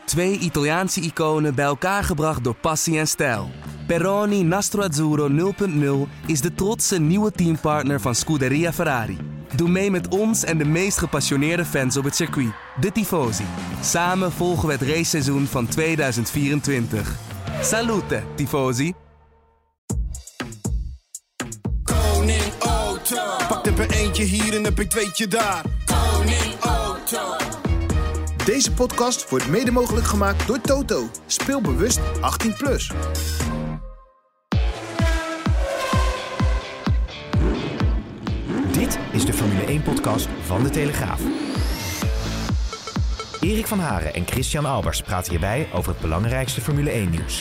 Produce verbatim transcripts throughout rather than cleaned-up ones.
Twee Italiaanse iconen bij elkaar gebracht door passie en stijl. Peroni Nastro Azzurro nul punt nul is de trotse nieuwe teampartner van Scuderia Ferrari. Doe mee met ons en de meest gepassioneerde fans op het circuit, de Tifosi. Samen volgen we het raceseizoen van tweeduizend vierentwintig. Salute, Tifosi! Koning Auto. Pak er per eentje hier en een per tweetje daar. Koning Auto. Deze podcast wordt mede mogelijk gemaakt door Toto. Speel bewust achttien plus. Dit is de Formule één podcast van De Telegraaf. Erik van Haren en Christian Albers praten hierbij over het belangrijkste Formule één nieuws.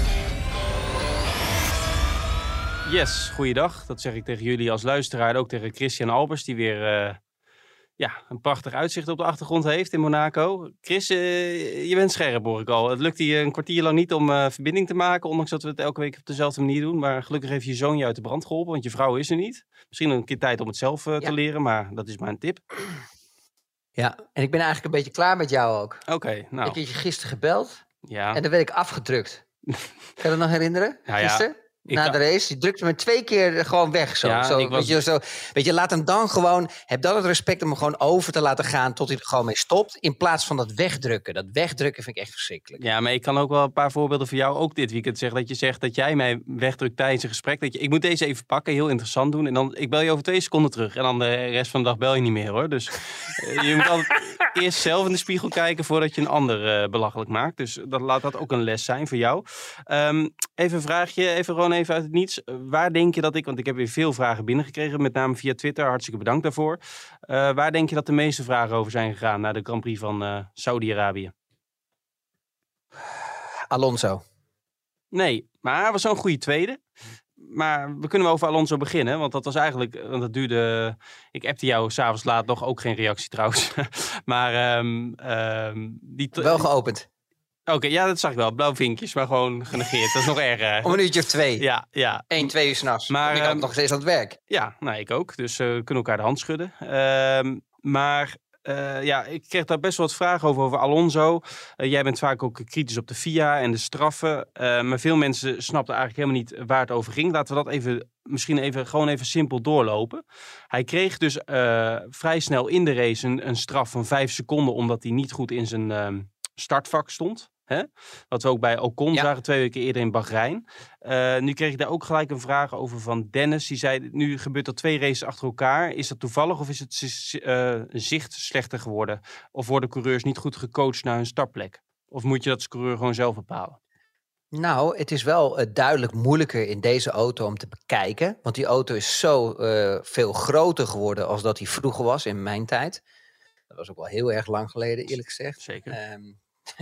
Yes, goeiedag. Dat zeg ik tegen jullie als luisteraar en ook tegen Christian Albers, die weer uh, ja, een prachtig uitzicht op de achtergrond heeft in Monaco. Chris, uh, je bent scherp, hoor ik al. Het lukt hier een kwartier lang niet om uh, verbinding te maken, ondanks dat we het elke week op dezelfde manier doen. Maar gelukkig heeft je zoon je uit de brand geholpen, want je vrouw is er niet. Misschien een keer tijd om het zelf uh, ja. te leren, maar dat is maar een tip. Ja, en ik ben eigenlijk een beetje klaar met jou ook. Oké, okay, nou. Ik heb je gisteren gebeld ja. en dan werd ik afgedrukt. Kan je dat nog herinneren? Nou, gisteren? Ja. Na kan... de race, die drukte me twee keer gewoon weg. Zo. Ja, zo, was... weet, je, zo weet je, laat hem dan gewoon... Heb dan het respect om hem gewoon over te laten gaan tot hij er gewoon mee stopt. In plaats van dat wegdrukken. Dat wegdrukken vind ik echt verschrikkelijk. Ja, maar ik kan ook wel een paar voorbeelden voor jou ook dit weekend zeggen. Dat je zegt dat jij mij wegdrukt tijdens een gesprek. Dat je, ik moet deze even pakken, heel interessant doen. En dan, ik bel je over twee seconden terug. En dan de rest van de dag bel je niet meer, hoor. Dus uh, je moet altijd eerst zelf in de spiegel kijken voordat je een ander uh, belachelijk maakt. Dus dat, laat dat ook een les zijn voor jou. Um, even een vraagje, even gewoon even uit het niets. Waar denk je dat ik, want ik heb weer veel vragen binnengekregen, met name via Twitter, hartstikke bedankt daarvoor. Uh, waar denk je dat de meeste vragen over zijn gegaan naar de Grand Prix van uh, Saudi-Arabië? Alonso. Nee, maar hij was zo'n goede tweede. Maar we kunnen wel over Alonso beginnen, want dat was eigenlijk, want dat duurde, ik appte jou s'avonds laat nog, ook geen reactie trouwens. maar um, um, die t- wel geopend. Oké, okay, ja, dat zag ik wel. Blauwe vinkjes, maar gewoon genegeerd. Dat is nog erger. Om een uurtje of twee. Ja, ja. Eén, twee uur s'nachts. Maar ik had um, nog steeds aan het werk. Ja, nou, ik ook. Dus uh, we kunnen elkaar de hand schudden. Uh, maar uh, ja, ik kreeg daar best wel wat vragen over, over Alonso. Uh, jij bent vaak ook kritisch op de F I A en de straffen. Uh, maar veel mensen snapten eigenlijk helemaal niet waar het over ging. Laten we dat even, misschien even, gewoon even simpel doorlopen. Hij kreeg dus uh, vrij snel in de race een, een straf van vijf seconden, omdat hij niet goed in zijn uh, startvak stond. Hè? Wat we ook bij Ocon ja. zagen twee weken eerder in Bahrein. Uh, nu kreeg ik daar ook gelijk een vraag over van Dennis. Die zei, nu gebeurt er twee races achter elkaar. Is dat toevallig of is het uh, zicht slechter geworden? Of worden coureurs niet goed gecoacht naar hun startplek? Of moet je dat als coureur gewoon zelf bepalen? Nou, het is wel uh, duidelijk moeilijker in deze auto om te bekijken. Want die auto is zo uh, veel groter geworden als dat hij vroeger was in mijn tijd. Dat was ook wel heel erg lang geleden, eerlijk gezegd. Zeker. Um,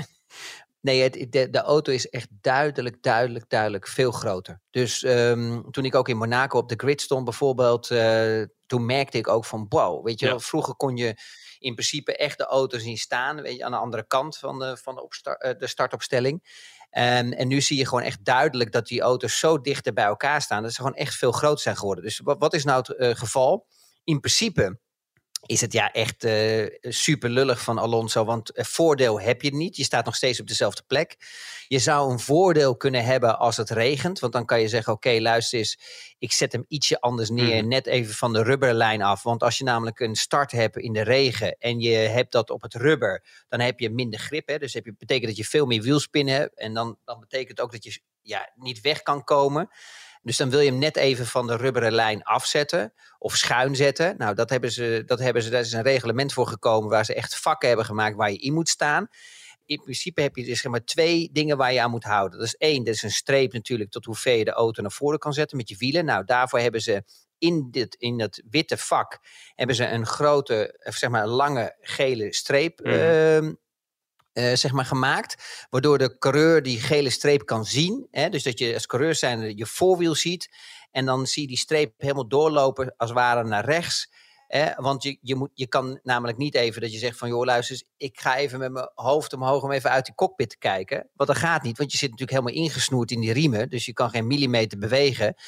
Nee, het, de, de auto is echt duidelijk, duidelijk, duidelijk veel groter. Dus um, toen ik ook in Monaco op de grid stond bijvoorbeeld, uh, toen merkte ik ook van wow, weet je wel, ja. Vroeger kon je in principe echt de auto zien staan, weet je, aan de andere kant van de, van de, opstar, uh, de startopstelling. Um, en nu zie je gewoon echt duidelijk dat die auto's zo dichter bij elkaar staan, dat ze gewoon echt veel groter zijn geworden. Dus wat, wat is nou het uh, geval? In principe is het ja echt uh, super lullig van Alonso, want uh, voordeel heb je niet. Je staat nog steeds op dezelfde plek. Je zou een voordeel kunnen hebben als het regent, want dan kan je zeggen, oké, okay, luister eens, ik zet hem ietsje anders neer, mm. net even van de rubberlijn af. Want als je namelijk een start hebt in de regen en je hebt dat op het rubber, dan heb je minder grip. Hè? Dus heb je, betekent dat je veel meer wielspin hebt en dan, dan betekent ook dat je ja, niet weg kan komen. Dus dan wil je hem net even van de rubberen lijn afzetten of schuin zetten. Nou, dat hebben ze, dat hebben ze, daar is een reglement voor gekomen waar ze echt vakken hebben gemaakt waar je in moet staan. In principe heb je dus zeg maar twee dingen waar je aan moet houden. Dat is één, dat is een streep natuurlijk tot hoe ver je de auto naar voren kan zetten met je wielen. Nou, daarvoor hebben ze in, dit, in dat witte vak hebben ze een grote, zeg maar een lange gele streep mm. uh, Uh, zeg maar gemaakt, waardoor de coureur die gele streep kan zien. Hè? Dus dat je als coureur zijn je voorwiel ziet en dan zie je die streep helemaal doorlopen als het ware naar rechts. Hè? Want je, je, moet, je kan namelijk niet even dat je zegt van joh luister eens, ik ga even met mijn hoofd omhoog om even uit die cockpit te kijken. Want dat gaat niet, want je zit natuurlijk helemaal ingesnoerd in die riemen, dus je kan geen millimeter bewegen.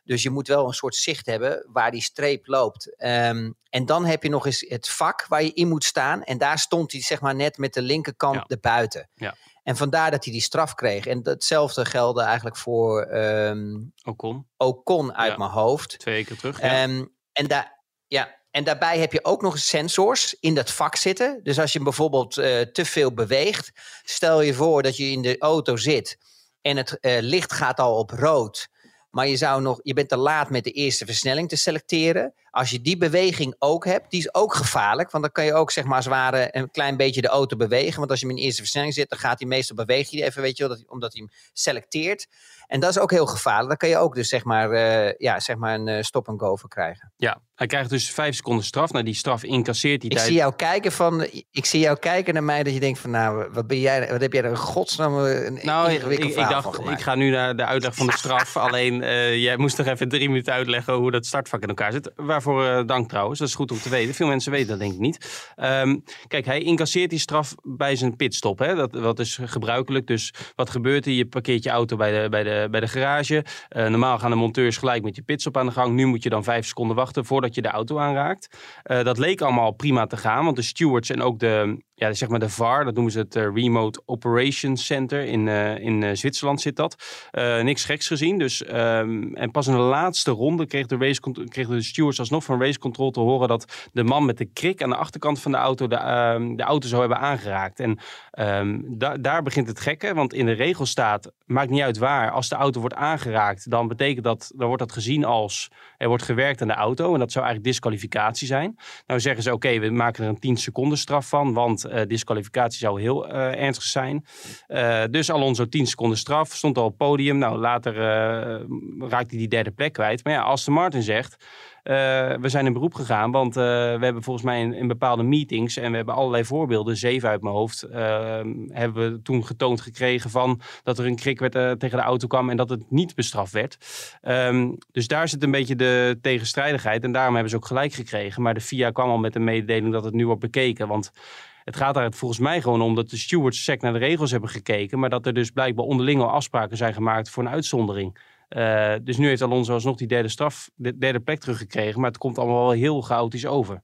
Dus je moet wel een soort zicht hebben waar die streep loopt. Um, en dan heb je nog eens het vak waar je in moet staan. En daar stond hij zeg maar net met de linkerkant Ja. erbuiten. Ja. En vandaar dat hij die straf kreeg. En hetzelfde geldde eigenlijk voor um, Ocon. Ocon uit Ja. mijn hoofd. Twee weken terug. Ja. Um, en, daar, ja, en daarbij heb je ook nog eens sensors in dat vak zitten. Dus als je bijvoorbeeld uh, te veel beweegt. Stel je voor dat je in de auto zit en het uh, licht gaat al op rood. Maar je, zou nog, je bent te laat met de eerste versnelling te selecteren. Als je die beweging ook hebt, die is ook gevaarlijk. Want dan kan je ook zeg maar zware een klein beetje de auto bewegen. Want als je hem in de eerste versnelling zit, dan gaat hij meestal bewegen hij even, weet je wel, dat, omdat hij hem selecteert. En dat is ook heel gevaarlijk. Dan kan je ook dus zeg maar, uh, ja, zeg maar een uh, stop-and-go voor krijgen. Ja, hij krijgt dus vijf seconden straf. Nou, die straf incasseert hij Ik tijd. zie jou kijken van, ik zie jou kijken naar mij dat je denkt van, nou, wat ben jij, wat heb jij er in godsnaam een Nou, ingewikkeld ik, ik verhaal dacht, van gemaakt. ik ga nu naar de uitleg van de straf. Alleen, uh, jij moest nog even drie minuten uitleggen hoe dat startvak in elkaar zit. Waarvoor uh, dank trouwens, dat is goed om te weten. Veel mensen weten dat denk ik niet. Um, kijk, hij incasseert die straf bij zijn pitstop. Hè? Dat, dat is gebruikelijk. Dus wat gebeurt er? Je parkeert je auto bij de, bij de, bij de garage. Uh, normaal gaan de monteurs gelijk met je pitstop aan de gang. Nu moet je dan vijf seconden wachten voordat je de auto aanraakt. Uh, dat leek allemaal prima te gaan, want de stewards en ook de, ja, zeg maar de V A R, dat noemen ze het uh, Remote Operations Center, in, uh, in uh, Zwitserland zit dat. Uh, niks geks gezien. Dus, um, en pas in de laatste ronde kreeg de, race, kreeg de stewards alsnog van Race Control te horen dat de man met de krik aan de achterkant van de auto de, uh, de auto zou hebben aangeraakt. En um, da, daar begint het gekke, want in de regel staat, maakt niet uit waar, als de auto wordt aangeraakt, dan betekent dat, dan wordt dat gezien als er wordt gewerkt aan de auto en dat zou eigenlijk disqualificatie zijn. Nou zeggen ze, oké, okay, we maken er een tien seconden straf van, want uh, disqualificatie zou heel uh, ernstig zijn. Uh, dus Alonso tien seconden straf, stond al op het podium. Nou, later uh, raakte hij die derde plek kwijt. Maar ja, Aston Martin zegt, uh, we zijn in beroep gegaan, want uh, we hebben volgens mij in, in bepaalde meetings en we hebben allerlei voorbeelden, zeven uit mijn hoofd, uh, hebben we toen getoond gekregen van dat er een krik werd, uh, tegen de auto kwam en dat het niet bestraft werd. Um, dus daar zit een beetje de tegenstrijdigheid en daarom hebben ze ook gelijk gekregen. Maar de F I A kwam al met een mededeling dat het nu wordt bekeken, want het gaat daar volgens mij gewoon om dat de stewards sec naar de regels hebben gekeken, maar dat er dus blijkbaar onderling al afspraken zijn gemaakt voor een uitzondering. Uh, dus nu heeft Alonso alsnog die derde straf, de derde plek teruggekregen, maar het komt allemaal wel heel chaotisch over.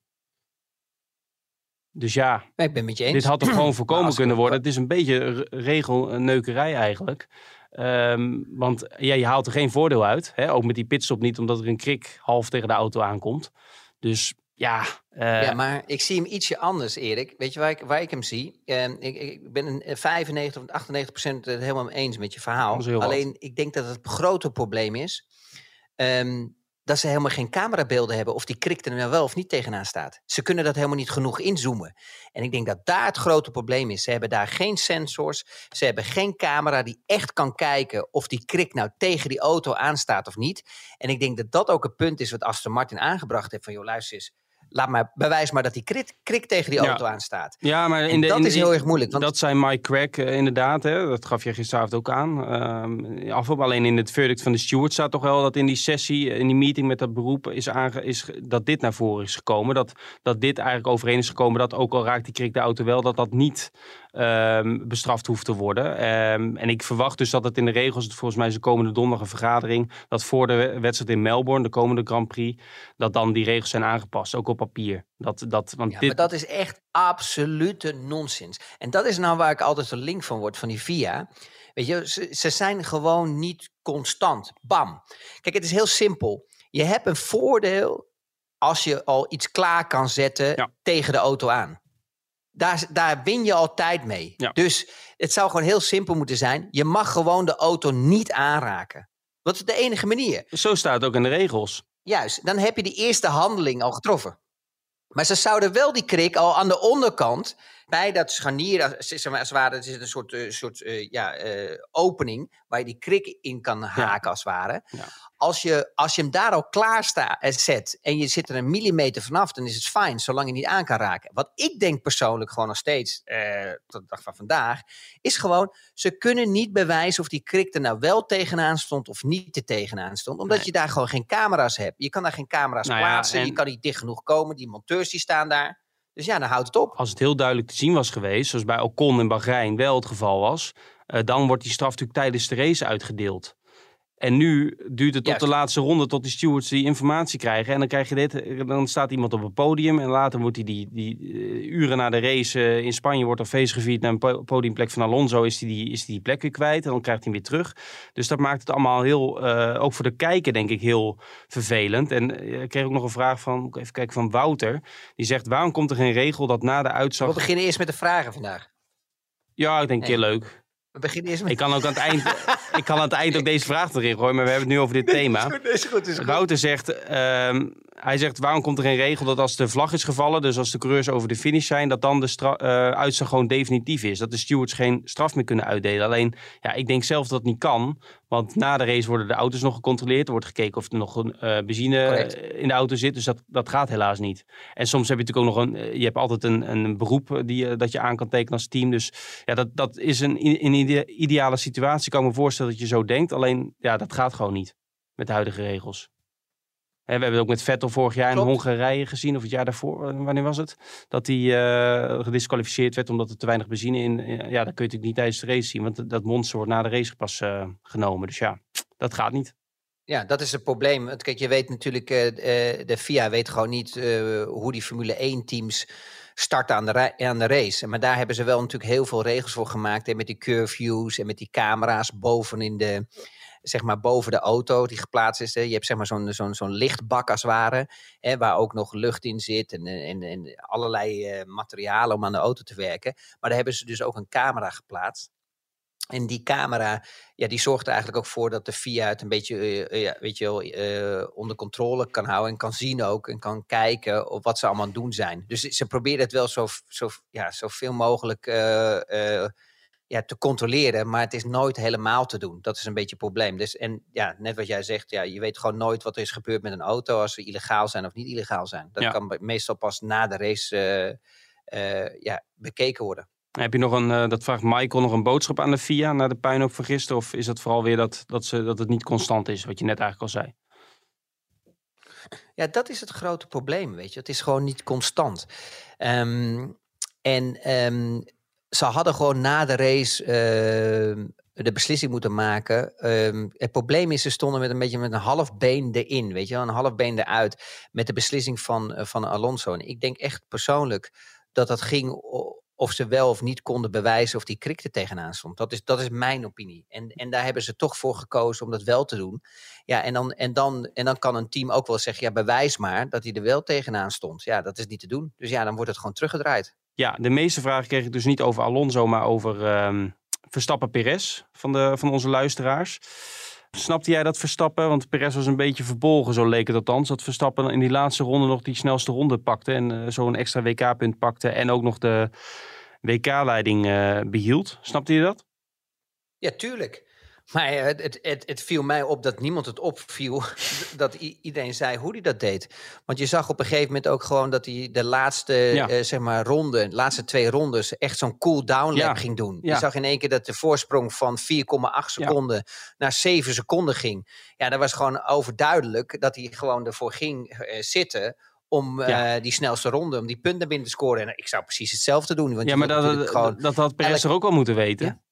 Dus ja, ik ben met je eens. Dit had toch gewoon voorkomen als... kunnen worden. Het is een beetje regelneukerij eigenlijk. Um, want ja, je haalt er geen voordeel uit. Hè? Ook met die pitstop niet, omdat er een krik half tegen de auto aankomt. Dus ja... Uh... Ja, maar ik zie hem ietsje anders, Erik. Weet je waar ik, waar ik hem zie? Uh, ik, ik ben een vijfennegentig of achtennegentig procent het helemaal eens met je verhaal. Alleen, wat. Ik denk dat het grote probleem is... Um, dat ze helemaal geen camerabeelden hebben of die krik er nou wel of niet tegenaan staat. Ze kunnen dat helemaal niet genoeg inzoomen. En ik denk dat daar het grote probleem is. Ze hebben daar geen sensors, ze hebben geen camera die echt kan kijken of die krik nou tegen die auto aanstaat of niet. En ik denk dat dat ook het punt is wat Aston Martin aangebracht heeft van, joh, luister eens, laat maar, bewijs maar dat die krik, krik tegen die auto ja. aanstaat. Ja, maar in de, dat in de, is heel erg moeilijk. Want... Dat zei Mike Crack uh, inderdaad. Hè? Dat gaf je gisteravond ook aan. Uh, afop, alleen in het verdict van de steward staat toch wel dat in die sessie, in die meeting met dat beroep, is aange, is, dat dit naar voren is gekomen. Dat, dat dit eigenlijk overeen is gekomen. Dat ook al raakt die krik de auto wel, dat dat niet um, bestraft hoeft te worden. Um, en ik verwacht dus dat het in de regels, volgens mij is de komende donderdag een vergadering, dat voor de wedstrijd in Melbourne, de komende Grand Prix, dat dan die regels zijn aangepast. Ook op papier. Dat, dat, want ja, dit... maar dat is echt absolute nonsens. En dat is nou waar ik altijd zo link van word, van die V I A. Weet je, ze, ze zijn gewoon niet constant. Bam. Kijk, het is heel simpel. Je hebt een voordeel als je al iets klaar kan zetten ja. tegen de auto aan. Daar, daar win je altijd mee. Ja. Dus het zou gewoon heel simpel moeten zijn. Je mag gewoon de auto niet aanraken. Dat is de enige manier. Zo staat het ook in de regels. Juist, dan heb je die eerste handeling al getroffen. Maar ze zouden wel die krik al aan de onderkant, bij dat scharnier, als het ware, er zit een soort, uh, soort uh, ja, uh, opening waar je die krik in kan haken ja. als het ware. Ja. Als je, als je hem daar al klaar sta, uh, zet en je zit er een millimeter vanaf, dan is het fijn, zolang je niet aan kan raken. Wat ik denk persoonlijk gewoon nog steeds, uh, tot de dag van vandaag, is gewoon, ze kunnen niet bewijzen of die krik er nou wel tegenaan stond of niet er tegenaan stond. Omdat nee. je daar gewoon geen camera's hebt. Je kan daar geen camera's nou plaatsen, ja, en... je kan niet dicht genoeg komen, die monteurs die staan daar. Dus ja, dan houdt het op. Als het heel duidelijk te zien was geweest, zoals bij Ocon en Bahrein wel het geval was, uh, dan wordt die straf natuurlijk tijdens de race uitgedeeld. En nu duurt het tot Juist. de laatste ronde, tot die stewards die informatie krijgen. En dan krijg je dit, dan staat iemand op het podium. En later wordt hij die, die, die uh, uren na de race uh, in Spanje wordt er feest gevierd naar een po- podiumplek van Alonso. Is hij die, is die, die plek weer kwijt en dan krijgt hij hem weer terug. Dus dat maakt het allemaal heel, uh, ook voor de kijker denk ik, heel vervelend. En uh, ik kreeg ook nog een vraag van, moet ik even kijken, van Wouter. Die zegt, waarom komt er geen regel dat na de uitslag... We beginnen eerst met de vragen vandaag. Ja, ik denk een keer leuk. We beginnen eerst met... Ik kan ook aan het eind, ik kan aan het eind ook deze vraag erin gooien, maar we hebben het nu over dit thema. Is goed, is goed, is goed. Wouter zegt, um, hij zegt, waarom komt er geen regel dat als de vlag is gevallen, dus als de coureurs over de finish zijn, dat dan de stra- uh, uitslag gewoon definitief is. Dat de stewards geen straf meer kunnen uitdelen. Alleen, ja, ik denk zelf dat het niet kan, want na de race worden de auto's nog gecontroleerd. Er wordt gekeken of er nog een uh, benzine Correct. in de auto zit, dus dat, dat gaat helaas niet. En soms heb je natuurlijk ook nog een, je hebt altijd een, een beroep die, uh, dat je aan kan tekenen als team. Dus ja, dat, dat is een, een ide- ideale situatie. Ik kan me voorstellen dat je zo denkt, alleen ja, dat gaat gewoon niet met de huidige regels. En we hebben het ook met Vettel vorig jaar in Hongarije gezien, of het jaar daarvoor, wanneer was het? Dat hij uh, gedisqualificeerd werd omdat er te weinig benzine in... Ja, dat kun je natuurlijk niet tijdens de race zien, want dat monster wordt na de race pas uh, genomen. Dus ja, dat gaat niet. Ja, dat is het probleem. Want kijk, je weet natuurlijk, uh, de F I A weet gewoon niet uh, hoe die Formule één teams starten aan de, ra- aan de race. Maar daar hebben ze wel natuurlijk heel veel regels voor gemaakt. Hè, met die curve views en met die camera's boven in de... zeg maar boven de auto die geplaatst is. Hè. Je hebt zeg maar zo'n, zo'n, zo'n lichtbak als het ware, hè, waar ook nog lucht in zit en, en, en allerlei uh, materialen om aan de auto te werken. Maar daar hebben ze dus ook een camera geplaatst. En die camera, ja, die zorgt er eigenlijk ook voor dat de F I A het een beetje uh, ja, weet je wel, uh, onder controle kan houden en kan zien ook en kan kijken op wat ze allemaal aan het doen zijn. Dus ze proberen het wel zo, zo, ja, zoveel mogelijk uh, uh, ja, te controleren, maar het is nooit helemaal te doen. Dat is een beetje het probleem. Dus, en ja, net wat jij zegt, ja, je weet gewoon nooit wat er is gebeurd met een auto als ze illegaal zijn of niet illegaal zijn. Dat ja. kan meestal pas na de race uh, uh, ja, bekeken worden. Heb je nog een, uh, dat vraagt Michael, nog een boodschap aan de F I A na de puinhoop van gisteren? Of is dat vooral weer dat, dat, ze, dat het niet constant is, wat je net eigenlijk al zei? Ja, dat is het grote probleem, weet je. Het is gewoon niet constant. Um, en um, ze hadden gewoon na de race uh, de beslissing moeten maken. Um, het probleem is, ze stonden met een beetje met een half been erin, weet je wel, een half been eruit met de beslissing van, uh, van Alonso. En ik denk echt persoonlijk dat dat ging of ze wel of niet konden bewijzen of die krik er tegenaan stond. Dat is, dat is mijn opinie. En, en daar hebben ze toch voor gekozen om dat wel te doen. Ja, en dan, en, dan, en dan kan een team ook wel zeggen, ja, bewijs maar dat hij er wel tegenaan stond. Ja, dat is niet te doen. Dus ja, dan wordt het gewoon teruggedraaid. Ja, de meeste vragen kreeg ik dus niet over Alonso, maar over um, Verstappen-Perez van, de, van onze luisteraars. Snapte jij dat Verstappen? Want Perez was een beetje verbolgen, zo leek het althans. Dat Verstappen in die laatste ronde nog die snelste ronde pakte. En uh, zo een extra W K-punt pakte. En ook nog de W K-leiding uh, behield. Snapte je dat? Ja, tuurlijk. Maar het, het, het, het viel mij op dat niemand het opviel. Dat i- iedereen zei hoe hij dat deed. Want je zag op een gegeven moment ook gewoon dat hij de laatste ja. uh, zeg maar ronde, de laatste twee rondes echt zo'n cool-down lap ja. ging doen. Ja. Je zag in één keer dat de voorsprong van vier komma acht seconden ja. naar zeven seconden ging. Ja, dat was gewoon overduidelijk dat hij gewoon ervoor ging uh, zitten om uh, ja. die snelste ronde, om die punten binnen te scoren. En ik zou precies hetzelfde doen. Want ja, maar dat, gewoon dat had Perez elk... er ook wel moeten weten. Ja.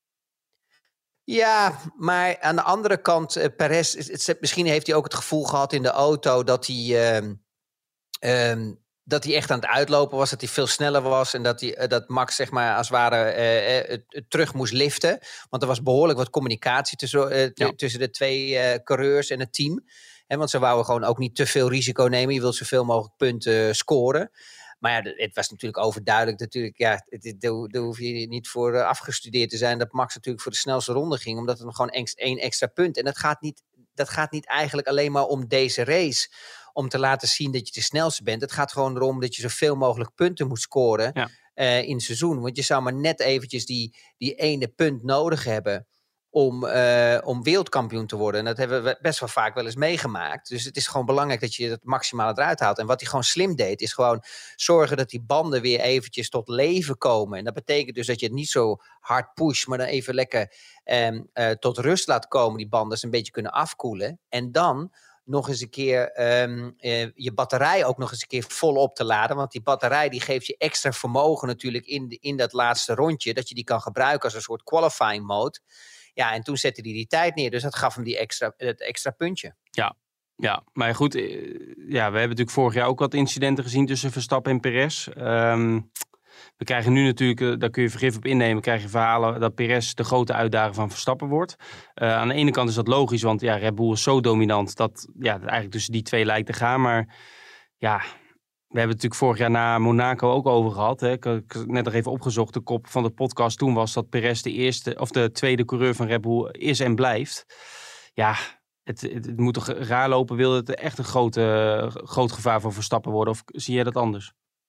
Ja, maar aan de andere kant, uh, Perez, het, het, misschien heeft hij ook het gevoel gehad in de auto dat hij, uh, um, dat hij echt aan het uitlopen was, dat hij veel sneller was en dat, hij, uh, dat Max zeg maar als het ware uh, uh, uh, terug moest liften. Want er was behoorlijk wat communicatie tussen, uh, t- ja. tussen de twee uh, coureurs en het team. He, want ze wouden gewoon ook niet te veel risico nemen. Je wilt zoveel mogelijk punten scoren. Maar ja, het was natuurlijk overduidelijk. Natuurlijk, ja, daar hoef je niet voor afgestudeerd te zijn. Dat Max natuurlijk voor de snelste ronde ging. Omdat het gewoon één extra punt. En dat gaat, niet, dat gaat niet eigenlijk alleen maar om deze race. Om te laten zien dat je de snelste bent. Het gaat gewoon erom dat je zoveel mogelijk punten moet scoren. Ja. Uh, in het seizoen. Want je zou maar net eventjes die, die ene punt nodig hebben. Om, uh, om wereldkampioen te worden. En dat hebben we best wel vaak wel eens meegemaakt. Dus het is gewoon belangrijk dat je het maximale eruit haalt. En wat hij gewoon slim deed, is gewoon zorgen dat die banden weer eventjes tot leven komen. En dat betekent dus dat je het niet zo hard pusht, maar dan even lekker um, uh, tot rust laat komen, die banden, ze een beetje kunnen afkoelen. En dan nog eens een keer um, uh, je batterij ook nog eens een keer volop te laden. Want die batterij die geeft je extra vermogen natuurlijk in, de, in dat laatste rondje. Dat je die kan gebruiken als een soort qualifying mode. Ja, en toen zette hij die tijd neer. Dus dat gaf hem die extra, het extra puntje. Ja. Ja, maar goed, ja, we hebben natuurlijk vorig jaar ook wat incidenten gezien tussen Verstappen en Perez. Um, we krijgen nu natuurlijk, daar kun je vergif op innemen, krijg je verhalen dat Perez de grote uitdager van Verstappen wordt. Uh, aan de ene kant is dat logisch, want ja, Red Bull is zo dominant dat ja, het eigenlijk tussen die twee lijkt te gaan. Maar ja, we hebben het natuurlijk vorig jaar na Monaco ook over gehad. Hè. Ik heb net nog even opgezocht, de kop van de podcast toen was dat Perez de eerste of de tweede coureur van Red Bull is en blijft. Ja, Het, het, het moet toch raar lopen, wil het echt een groot, uh, groot gevaar voor Verstappen worden? Of zie jij dat anders?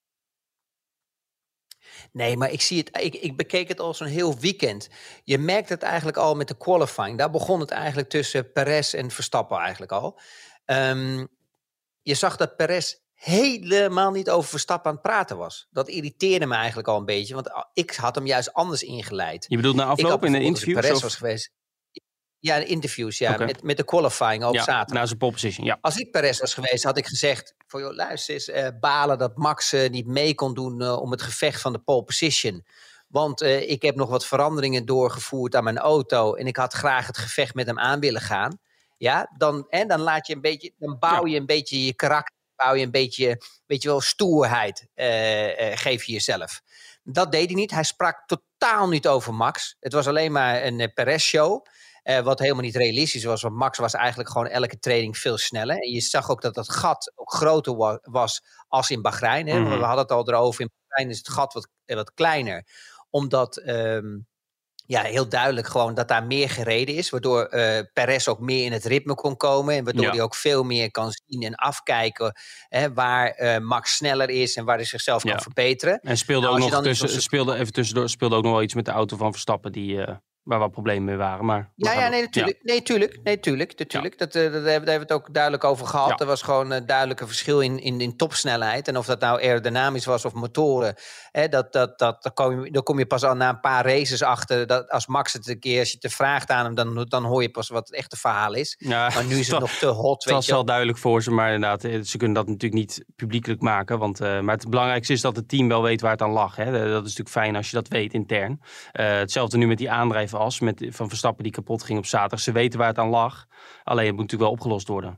Nee, maar ik zie het. Ik, ik bekeek het al zo'n heel weekend. Je merkt het eigenlijk al met de qualifying. Daar begon het eigenlijk tussen Perez en Verstappen eigenlijk al. Um, je zag dat Perez helemaal niet over Verstappen aan het praten was. Dat irriteerde me eigenlijk al een beetje, want ik had hem juist anders ingeleid. Je bedoelt na afloop in de interviews? Perez of? was geweest. Ja, de interviews, ja. Okay. Met, met de qualifying op ja, zaterdag. Na zijn pole position, ja. Als ik Perez was geweest, had ik gezegd... Voor joh, luister eens, uh, balen dat Max uh, niet mee kon doen... Uh, om het gevecht van de pole position. Want uh, ik heb nog wat veranderingen doorgevoerd aan mijn auto... en ik had graag het gevecht met hem aan willen gaan. Ja, dan, en dan laat je een beetje... dan bouw je ja. een beetje je karakter... bouw je een beetje, weet je wel, stoerheid... Uh, uh, geef je jezelf. Dat deed hij niet. Hij sprak totaal niet over Max. Het was alleen maar een uh, Perez-show... Uh, wat helemaal niet realistisch was, want Max was eigenlijk gewoon elke training veel sneller. En je zag ook dat dat gat ook groter wa- was als in Bahrein. Hè? Mm-hmm. We hadden het al erover, in Bahrein is het gat wat, wat kleiner. Omdat, um, ja, heel duidelijk gewoon dat daar meer gereden is. Waardoor uh, Perez ook meer in het ritme kon komen. En waardoor ja. hij ook veel meer kan zien en afkijken hè, waar uh, Max sneller is en waar hij zichzelf ja. kan verbeteren. En speelde nou, ook nog tussen, zo'n... speelde even tussendoor, speelde ook nog wel iets met de auto van Verstappen die... Uh... waar wat problemen mee waren. Maar ja, ja, nee, natuurlijk. Ja. Nee, tuurlijk. Nee, tuurlijk. natuurlijk. Ja. Dat, uh, dat hebben, daar hebben we het ook duidelijk over gehad. Ja. Er was gewoon een duidelijke verschil in, in, in topsnelheid. En of dat nou aerodynamisch was of motoren. Hè, dat, dat, dat, dat kom je, dan kom je pas al na een paar races achter. Dat als Max het een keer, als je het vraagt aan hem, dan, dan hoor je pas wat het echte verhaal is. Ja, maar nu is het nog te hot. Het was wel duidelijk voor ze, maar inderdaad, ze kunnen dat natuurlijk niet publiekelijk maken. Want, uh, maar het belangrijkste is dat het team wel weet waar het aan lag. Hè. Dat is natuurlijk fijn als je dat weet intern. Uh, hetzelfde nu met die aandrijfas met van Verstappen die kapot ging op zaterdag. Ze weten waar het aan lag. Alleen het moet natuurlijk wel opgelost worden.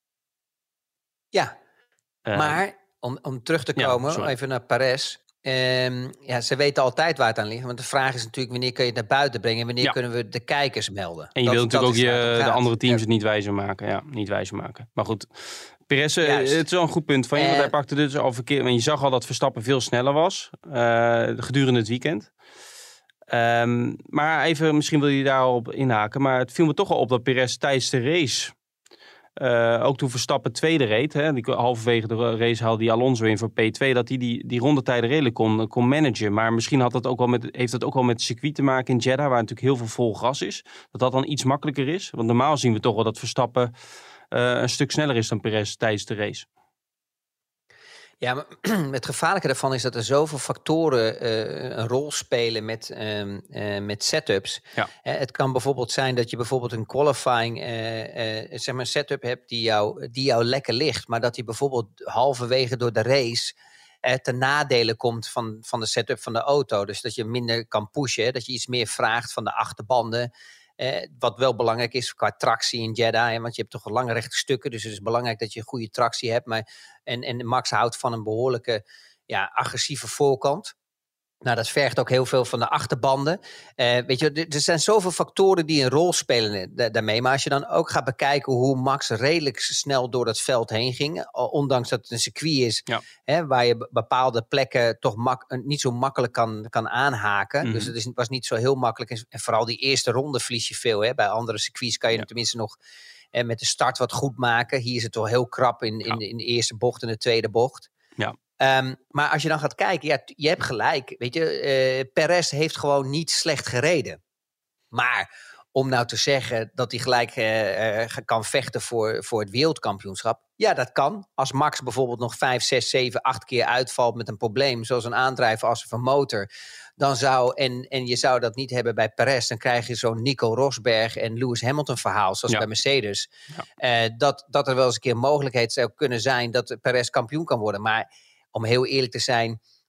Ja, uh, maar om, om terug te komen, ja, even naar Perez. Um, ja, ze weten altijd waar het aan ligt. Want de vraag is natuurlijk, wanneer kun je het naar buiten brengen? Wanneer ja. kunnen we de kijkers melden? En je dat, wilt natuurlijk ook je, de andere teams ja. het niet wijzer maken. Ja, niet wijzer maken. Maar goed, Perez, Juist. het is wel een goed punt van je. Uh, want hij pakte dus al verkeerd. Want je zag al dat Verstappen veel sneller was. Uh, gedurende het weekend. Um, maar even, misschien wil je daarop inhaken. Maar het viel me toch al op dat Perez tijdens de race... Uh, ook toen Verstappen tweede reed, hè, die, halverwege de race haalde die Alonso in voor P twee, dat hij die, die rondetijden redelijk kon, kon managen. Maar misschien had dat ook wel met, heeft dat ook wel met het circuit te maken in Jeddah, waar natuurlijk heel veel vol gas is. Dat dat dan iets makkelijker is. Want normaal zien we toch wel dat Verstappen uh, een stuk sneller is dan Perez tijdens de race. Ja, maar het gevaarlijke daarvan is dat er zoveel factoren uh, een rol spelen met, um, uh, met setups. Ja. Uh, het kan bijvoorbeeld zijn dat je bijvoorbeeld een qualifying uh, uh, zeg maar een setup hebt die jou, die jou lekker ligt. Maar dat die bijvoorbeeld halverwege door de race uh, ten nadele komt van, van de setup van de auto. Dus dat je minder kan pushen, hè, dat je iets meer vraagt van de achterbanden. Uh, wat wel belangrijk is qua tractie in Jeddah. Hè, want je hebt toch lange rechte stukken. Dus het is belangrijk dat je goede tractie hebt. Maar, en, en Max houdt van een behoorlijke ja, agressieve voorkant. Nou, dat vergt ook heel veel van de achterbanden. Uh, weet je, er zijn zoveel factoren die een rol spelen da- daarmee. Maar als je dan ook gaat bekijken hoe Max redelijk snel door dat veld heen ging. Ondanks dat het een circuit is ja. hè, waar je bepaalde plekken toch mak- niet zo makkelijk kan, kan aanhaken. Mm-hmm. Dus het is, was niet zo heel makkelijk. En vooral die eerste ronde verlies je veel. Hè. Bij andere circuits kan je ja. tenminste nog eh, met de start wat goed maken. Hier is het toch heel krap in, in, in de eerste bocht en de tweede bocht. Ja. Um, maar als je dan gaat kijken, ja, je hebt gelijk. Weet je, uh, Perez heeft gewoon niet slecht gereden. Maar om nou te zeggen dat hij gelijk uh, uh, kan vechten voor, voor het wereldkampioenschap. Ja, dat kan. Als Max bijvoorbeeld nog vijf, zes, zeven, acht keer uitvalt met een probleem, zoals een aandrijfas of een motor. Dan zou, en, en je zou dat niet hebben bij Perez, dan krijg je zo'n Nico Rosberg en Lewis Hamilton verhaal, zoals ja. bij Mercedes. Ja. Uh, dat, dat er wel eens een keer mogelijkheid zou kunnen zijn dat Perez kampioen kan worden. Maar om heel eerlijk te zijn,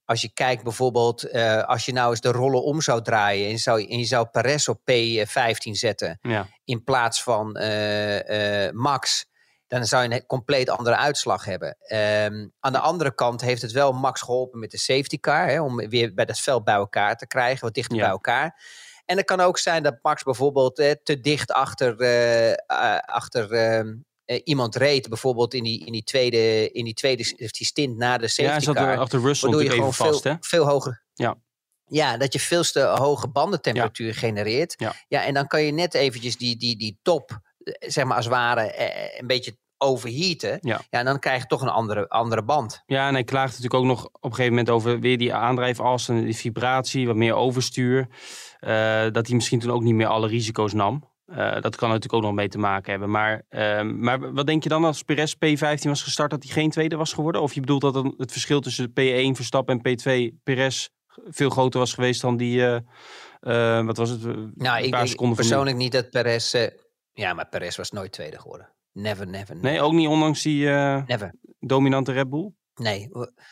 als je kijkt bijvoorbeeld, uh, als je nou eens de rollen om zou draaien en, zou, en je zou Perez op P vijftien zetten Ja. in plaats van uh, uh, Max, dan zou je een compleet andere uitslag hebben. Um, aan de andere kant heeft het wel Max geholpen met de safety car, hè, om weer bij dat veld bij elkaar te krijgen, wat dichter ja. bij elkaar. En het kan ook zijn dat Max bijvoorbeeld eh, te dicht achter, uh, uh, achter uh, uh, iemand reed, bijvoorbeeld in die, in die tweede, in die tweede die stint na de safety ja, car. Ja, achter Russell waardoor je even gewoon vast, veel, hè? veel hoger... Ja. Ja, dat je veel te hoge bandentemperatuur ja. genereert. Ja. ja, en dan kan je net eventjes die, die, die top, zeg maar als het ware, eh, een beetje overheaten. Ja. ja, en dan krijg je toch een andere, andere band. Ja, en hij klaagt natuurlijk ook nog op een gegeven moment over weer die aandrijfas en die vibratie, wat meer overstuur. Uh, dat hij misschien toen ook niet meer alle risico's nam. Uh, dat kan natuurlijk ook nog mee te maken hebben. Maar, uh, maar wat denk je dan als Perez P vijftien was gestart, dat hij geen tweede was geworden? Of je bedoelt dat het verschil tussen P één Verstappen en P twee Perez veel groter was geweest dan die, uh, uh, wat was het? Een nou, ik paar denk seconden persoonlijk van niet dat Perez... Uh, ja, maar Perez was nooit tweede geworden. Never, never, never. Nee, ook niet ondanks die uh, never. dominante Red Bull? Nee,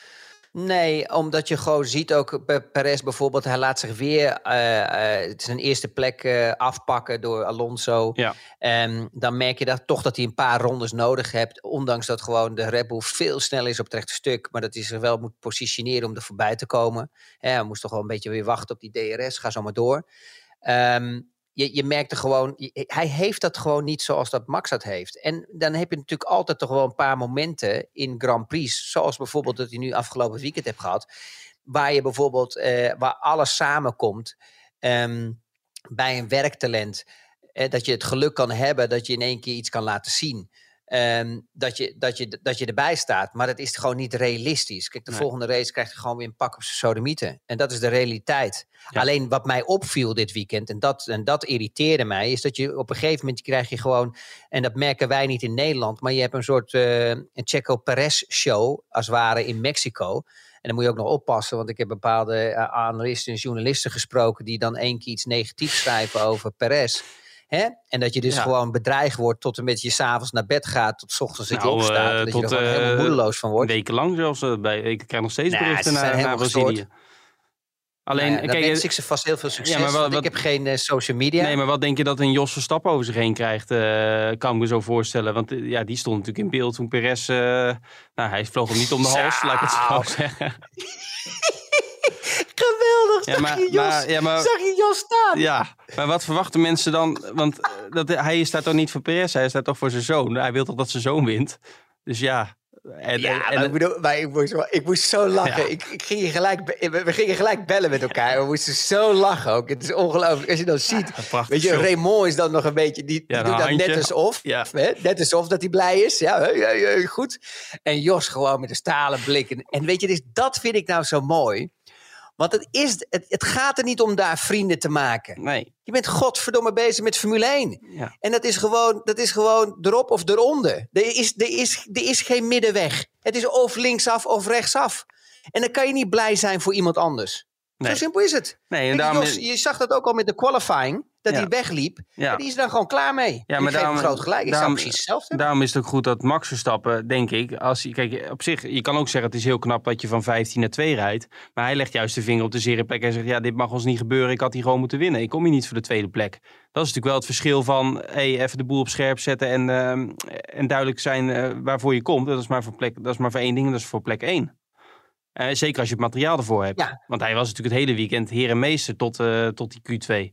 nee, omdat je gewoon ziet ook Perez bijvoorbeeld, hij laat zich weer uh, uh, zijn eerste plek uh, afpakken door Alonso. Ja. Um, dan merk je dat toch dat hij een paar rondes nodig hebt, ondanks dat gewoon de Red Bull veel sneller is op het rechte stuk, maar dat hij zich wel moet positioneren om er voorbij te komen. Ja, hij moest toch wel een beetje weer wachten op die D R S, ga zo maar door. Um, Je, je merkte gewoon, je, hij heeft dat gewoon niet zoals dat Max dat heeft. En dan heb je natuurlijk altijd toch wel een paar momenten in Grand Prix, zoals bijvoorbeeld dat hij nu afgelopen weekend hebt gehad, waar je bijvoorbeeld, uh, waar alles samenkomt um, bij een werktalent, uh, dat je het geluk kan hebben dat je in één keer iets kan laten zien. Um, dat, je, dat, je, dat je erbij staat, maar dat is gewoon niet realistisch. Kijk, de nee. volgende race krijgt hij gewoon weer een pak op zijn sodomieten. En dat is de realiteit. Ja. Alleen wat mij opviel dit weekend, en dat, en dat irriteerde mij, is dat je op een gegeven moment krijg je gewoon, en dat merken wij niet in Nederland, maar je hebt een soort uh, een Checo Perez show, als het ware in Mexico. En dan moet je ook nog oppassen, want ik heb bepaalde uh, analisten en journalisten gesproken die dan één keer iets negatiefs schrijven over Perez. Hè? En dat je dus ja. gewoon bedreigd wordt tot en met je 's avonds naar bed gaat, tot 's ochtends dat nou, je opstaat. Uh, dat tot, je er gewoon uh, helemaal moedeloos van wordt. Wekenlang zelfs. Uh, bij, ik krijg nog steeds nah, berichten naar, naar Brazilië. Alleen, ja, daar wens ik ze vast heel veel succes, ja, maar wat, want ik heb geen uh, social media. Nee, maar wat denk je dat een Jos Verstappen over zich heen krijgt? Uh, kan ik me zo voorstellen. Want uh, ja, die stond natuurlijk in beeld toen Perez... Uh, nou, hij vloog hem niet om de hals, laat ik het zo zeggen. Geweldig, ja, maar, zag, je Jos, maar, ja, maar, zag je Jos staan? Ja, maar wat verwachten mensen dan? Want dat, hij staat toch niet voor Perez, hij staat toch voor zijn zoon? Hij wil toch dat zijn zoon wint? Dus ja... En, ja, en, maar, ik, bedoel, maar ik, moest, ik moest zo lachen. Ja. Ik, ik ging je gelijk, we gingen gelijk bellen met elkaar. We moesten zo lachen ook. Het is ongelooflijk. Als je dan ziet. Ja, weet je, Raymond is dan nog een beetje. Die, ja, die doet dat net alsof. Ja. Hè, net alsof dat hij blij is. Ja, hey, hey, hey, goed. En Jos gewoon met een stalen blik. En, en weet je, dus dat vind ik nou zo mooi. Want het, is, het, het gaat er niet om daar vrienden te maken. Nee. Je bent godverdomme bezig met Formule één. Ja. En dat is, gewoon, dat is gewoon erop of eronder. Er is, er, is, er is geen middenweg. Het is of linksaf of rechtsaf. En dan kan je niet blij zijn voor iemand anders. Nee. Zo simpel is het. Nee, en daarom... Jos, je zag dat ook al met de qualifying. Dat ja. hij wegliep. Ja. En die is er dan gewoon klaar mee. Ja, maar ik daarom, geef hem groot gelijk. Ik daarom, zou precies hetzelfde. Daarom is het ook goed dat Max Verstappen, denk ik. Als je, kijk, op zich, je kan ook zeggen het is heel knap dat je van vijftien naar twee rijdt. Maar hij legt juist de vinger op de zere plek. Hij zegt, ja, dit mag ons niet gebeuren. Ik had hier gewoon moeten winnen. Ik kom hier niet voor de tweede plek. Dat is natuurlijk wel het verschil van hey, even de boel op scherp zetten. En, uh, en duidelijk zijn uh, waarvoor je komt. Dat is, maar voor plek, dat is maar voor één ding. Dat is voor plek één. Uh, zeker als je het materiaal ervoor hebt. Ja. Want hij was natuurlijk het hele weekend heer en meester tot, uh, tot die Q twee.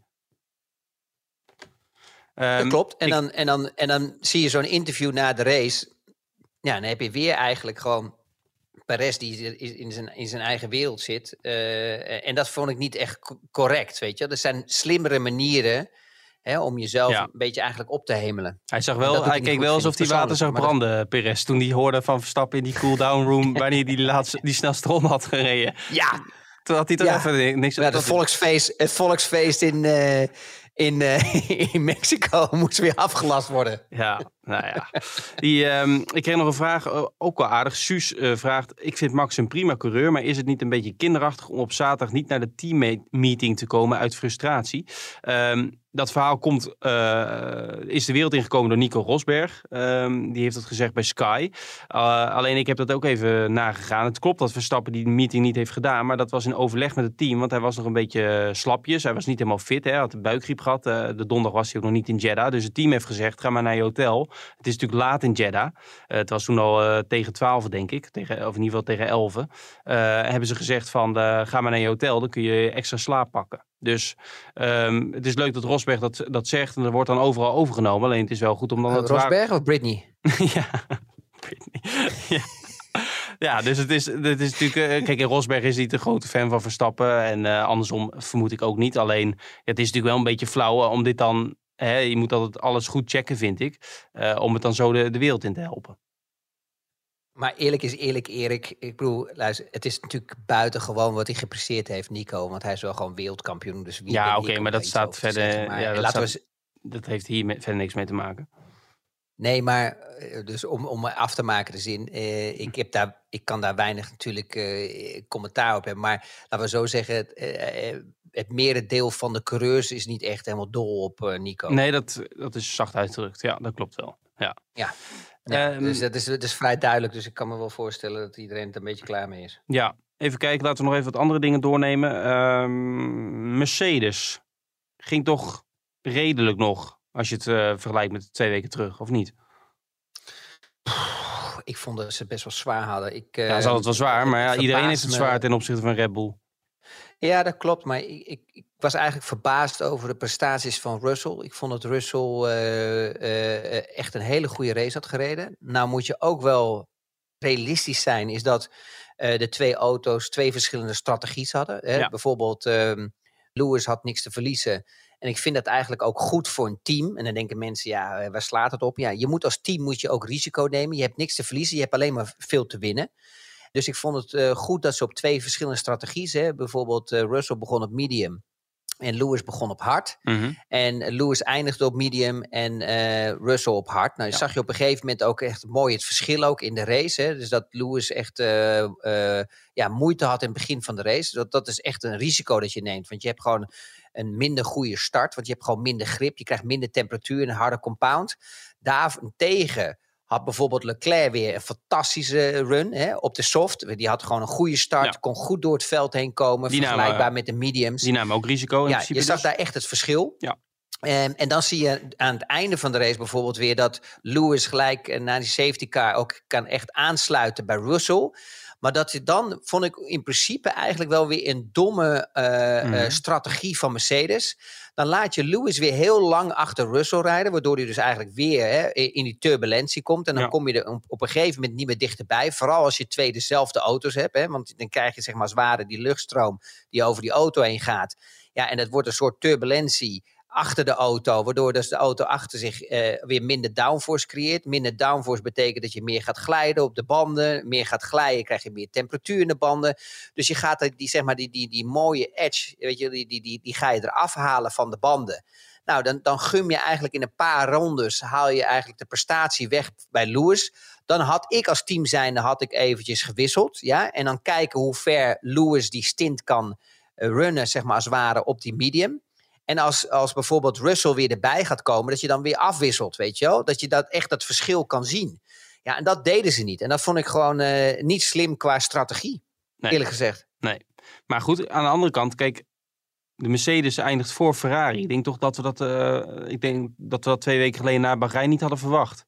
Um, dat klopt. En, ik... dan, en, dan, en dan zie je zo'n interview na de race. Ja, dan heb je weer eigenlijk gewoon Perez die in zijn, in zijn eigen wereld zit. Uh, en dat vond ik niet echt correct, weet je. Er zijn slimmere manieren hè, om jezelf ja. een beetje eigenlijk op te hemelen. Hij zag wel, hij keek wel alsof hij water zag branden, dat... Perez. Toen hij hoorde van Verstappen in die cool-down room wanneer hij die, laatste, die snelste ronde had gereden. Ja. Toen had hij toch ja. even niks... Ja, het, volksfeest, het volksfeest in... Uh, In, uh, in Mexico moest weer afgelast worden. Ja, Nou ja, die, um, ik kreeg nog een vraag, uh, ook wel aardig. Suus uh, vraagt, ik vind Max een prima coureur, maar is het niet een beetje kinderachtig om op zaterdag niet naar de teammeeting te komen uit frustratie? Um, dat verhaal komt, uh, is de wereld ingekomen door Nico Rosberg. Um, die heeft het gezegd bij Sky. Uh, alleen ik heb dat ook even nagegaan. Het klopt dat Verstappen die meeting niet heeft gedaan, maar dat was in overleg met het team, want hij was nog een beetje slapjes. Hij was niet helemaal fit, hè. Hij had een buikgriep gehad. Uh, de donderdag was hij ook nog niet in Jeddah. Dus het team heeft gezegd, ga maar naar je hotel. Het is natuurlijk laat in Jeddah. Uh, het was toen al uh, tegen twaalf, denk ik. Tegen, of in ieder geval tegen elf. Uh, hebben ze gezegd van, uh, ga maar naar je hotel. Dan kun je extra slaap pakken. Dus um, het is leuk dat Rosberg dat, dat zegt. En er wordt dan overal overgenomen. Alleen het is wel goed om dan... Uh, het Rosberg waar... of Britney? ja, Britney. ja. Ja, dus het is, het is natuurlijk... Uh, kijk, Rosberg is niet een grote fan van Verstappen. En uh, andersom vermoed ik ook niet. Alleen, het is natuurlijk wel een beetje flauw om dit dan... Hè, je moet altijd alles goed checken, vind ik. Uh, om het dan zo de, de wereld in te helpen. Maar eerlijk is eerlijk, Erik. Ik bedoel, luister, het is natuurlijk buitengewoon wat hij gepresteerd heeft, Nico. Want hij is wel gewoon wereldkampioen. Dus wie ja, oké, okay, maar dat staat verder... Zeggen, maar, ja, dat, laten staat, we... dat heeft hier met, verder niks mee te maken. Nee, maar dus om, om af te maken de zin. Eh, ik, heb daar, ik kan daar weinig natuurlijk eh, commentaar op hebben. Maar laten we zo zeggen, het, eh, het merendeel van de coureurs is niet echt helemaal dol op uh, Nico. Nee, dat, dat is zacht uitgedrukt. Ja, dat klopt wel. Ja. Ja. Ja, um, dus dat is, dat is vrij duidelijk. Dus ik kan me wel voorstellen dat iedereen het een beetje klaar mee is. Ja, even kijken. Laten we nog even wat andere dingen doornemen. Um, Mercedes ging toch redelijk nog, als je het uh, vergelijkt met twee weken terug, of niet? Ik vond dat ze het best wel zwaar hadden. Ik, uh, ja, ze hadden het wel zwaar, maar ja, iedereen heeft het me... zwaar ten opzichte van Red Bull. Ja, dat klopt. Maar ik, ik, ik was eigenlijk verbaasd over de prestaties van Russell. Ik vond dat Russell uh, uh, echt een hele goede race had gereden. Nou moet je ook wel realistisch zijn, is dat uh, de twee auto's twee verschillende strategies hadden. Hè? Ja. Bijvoorbeeld uh, Lewis had niks te verliezen. En ik vind dat eigenlijk ook goed voor een team. En dan denken mensen, ja, waar slaat het op? Ja, je moet als team moet je ook risico nemen. Je hebt niks te verliezen, je hebt alleen maar veel te winnen. Dus ik vond het uh, goed dat ze op twee verschillende strategieën... Hè, bijvoorbeeld uh, Russell begon op medium en Lewis begon op hard. Mm-hmm. En Lewis eindigde op medium en uh, Russell op hard. Nou, je ja. zag je op een gegeven moment ook echt mooi het verschil ook in de race. Hè? Dus dat Lewis echt uh, uh, ja, moeite had in het begin van de race. Dat, dat is echt een risico dat je neemt. Want je hebt gewoon een minder goede start. Want je hebt gewoon minder grip. Je krijgt minder temperatuur en een harde compound. Daartegen had bijvoorbeeld Leclerc weer een fantastische run hè, op de soft. Die had gewoon een goede start, ja. kon goed door het veld heen komen, die vergelijkbaar namen, met de mediums. Die namen ook risico in ja, principe. Je zag dus. daar echt het verschil. Ja. En, en dan zie je aan het einde van de race bijvoorbeeld weer dat Lewis gelijk na die safety car ook kan echt aansluiten bij Russell. Maar dat je dan, vond ik in principe eigenlijk wel weer een domme uh, mm. uh, strategie van Mercedes. Dan laat je Lewis weer heel lang achter Russell rijden, waardoor hij dus eigenlijk weer hè, in die turbulentie komt. En dan ja. kom je er op een gegeven moment niet meer dichterbij. Vooral als je twee dezelfde auto's hebt, hè, want dan krijg je zeg maar als het ware die luchtstroom die over die auto heen gaat. Ja, en dat wordt een soort turbulentie achter de auto, waardoor dus de auto achter zich uh, weer minder downforce creëert. Minder downforce betekent dat je meer gaat glijden op de banden. Meer gaat glijden, krijg je meer temperatuur in de banden. Dus je gaat die, zeg maar, die, die, die mooie edge, weet je, die, die, die, die ga je eraf halen van de banden. Nou, dan, dan gum je eigenlijk in een paar rondes, haal je eigenlijk de prestatie weg bij Lewis. Dan had ik als team zijnde, had ik eventjes gewisseld. Ja? En dan kijken hoe ver Lewis die stint kan uh, runnen, zeg maar als het ware, op die medium. En als, als bijvoorbeeld Russell weer erbij gaat komen, dat je dan weer afwisselt, weet je wel? Dat je dat echt dat verschil kan zien. Ja, en dat deden ze niet. En dat vond ik gewoon uh, niet slim qua strategie, nee. eerlijk gezegd. Nee, maar goed, aan de andere kant, kijk, de Mercedes eindigt voor Ferrari. Ik denk toch dat we dat, uh, ik denk dat we dat twee weken geleden na Bahrein niet hadden verwacht.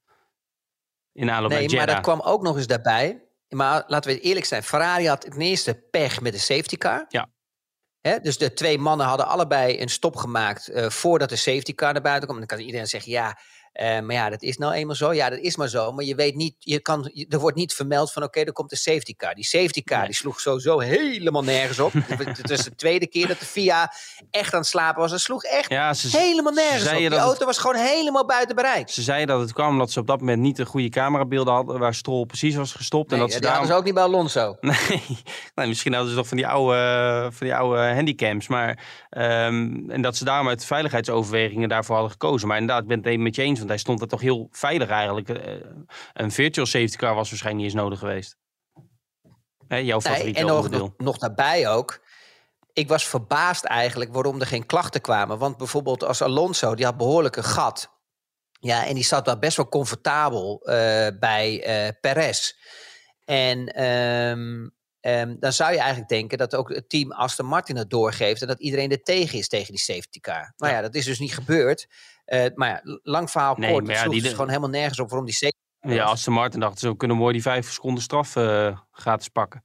In aanloop nee, naar Jeddah. Maar dat kwam ook nog eens daarbij. Maar laten we eerlijk zijn, Ferrari had ten eerste pech met de safety car. Ja. He, dus de twee mannen hadden allebei een stop gemaakt uh, voordat de safety car naar buiten kwam. Dan kan iedereen zeggen, ja, uh, maar ja, dat is nou eenmaal zo. Ja, dat is maar zo. Maar je weet niet, je kan, je, er wordt niet vermeld van, oké, okay, er komt de safety car. Die safety car, nee. die sloeg sowieso helemaal nergens op. Het was de tweede keer dat de F I A echt aan het slapen was. Het sloeg echt ja, ze, helemaal nergens op. Die auto het, was gewoon helemaal buiten bereik. Ze zeiden dat het kwam omdat ze op dat moment niet de goede camerabeelden hadden, waar Stroll precies was gestopt. Nee, en dat ja, ze die daarom... hadden ze ook niet bij Alonso. Nee, nee, misschien hadden ze toch van die oude, van die oude handycams. Maar, um, en dat ze daarom uit veiligheidsoverwegingen daarvoor hadden gekozen. Maar inderdaad, ik ben het even met je eens. Want hij stond er toch heel veilig eigenlijk. Uh, een virtual safety car was waarschijnlijk niet eens nodig geweest. Hè, jouw favoriete nee, en onderdeel. nog, nog daarbij ook. Ik was verbaasd eigenlijk waarom er geen klachten kwamen. Want bijvoorbeeld als Alonso, die had behoorlijk een gat. Ja, en die zat wel best wel comfortabel uh, bij uh, Perez. En um, um, dan zou je eigenlijk denken dat ook het team Aston Martin het doorgeeft en dat iedereen er tegen is tegen die safety car. Maar ja, ja dat is dus niet gebeurd. Uh, maar ja, lang verhaal nee, kort, het ja, sloeg die dus de... gewoon helemaal nergens op waarom die safety car Ja, Aston Martin dacht, ze kunnen mooi die vijf seconden straf uh, gratis pakken.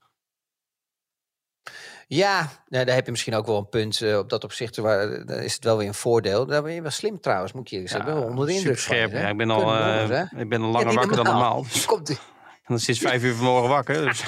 Ja, nou, daar heb je misschien ook wel een punt uh, op dat opzicht. Waar, dan is het wel weer een voordeel. Daar ben je wel slim trouwens, moet je zeggen. Ja, wel onder de indruk scherp. van je, ja, ik ben al, uh, ik ben al langer ja, wakker dan normaal. Komt dan is het vijf uur vanmorgen wakker. Dus.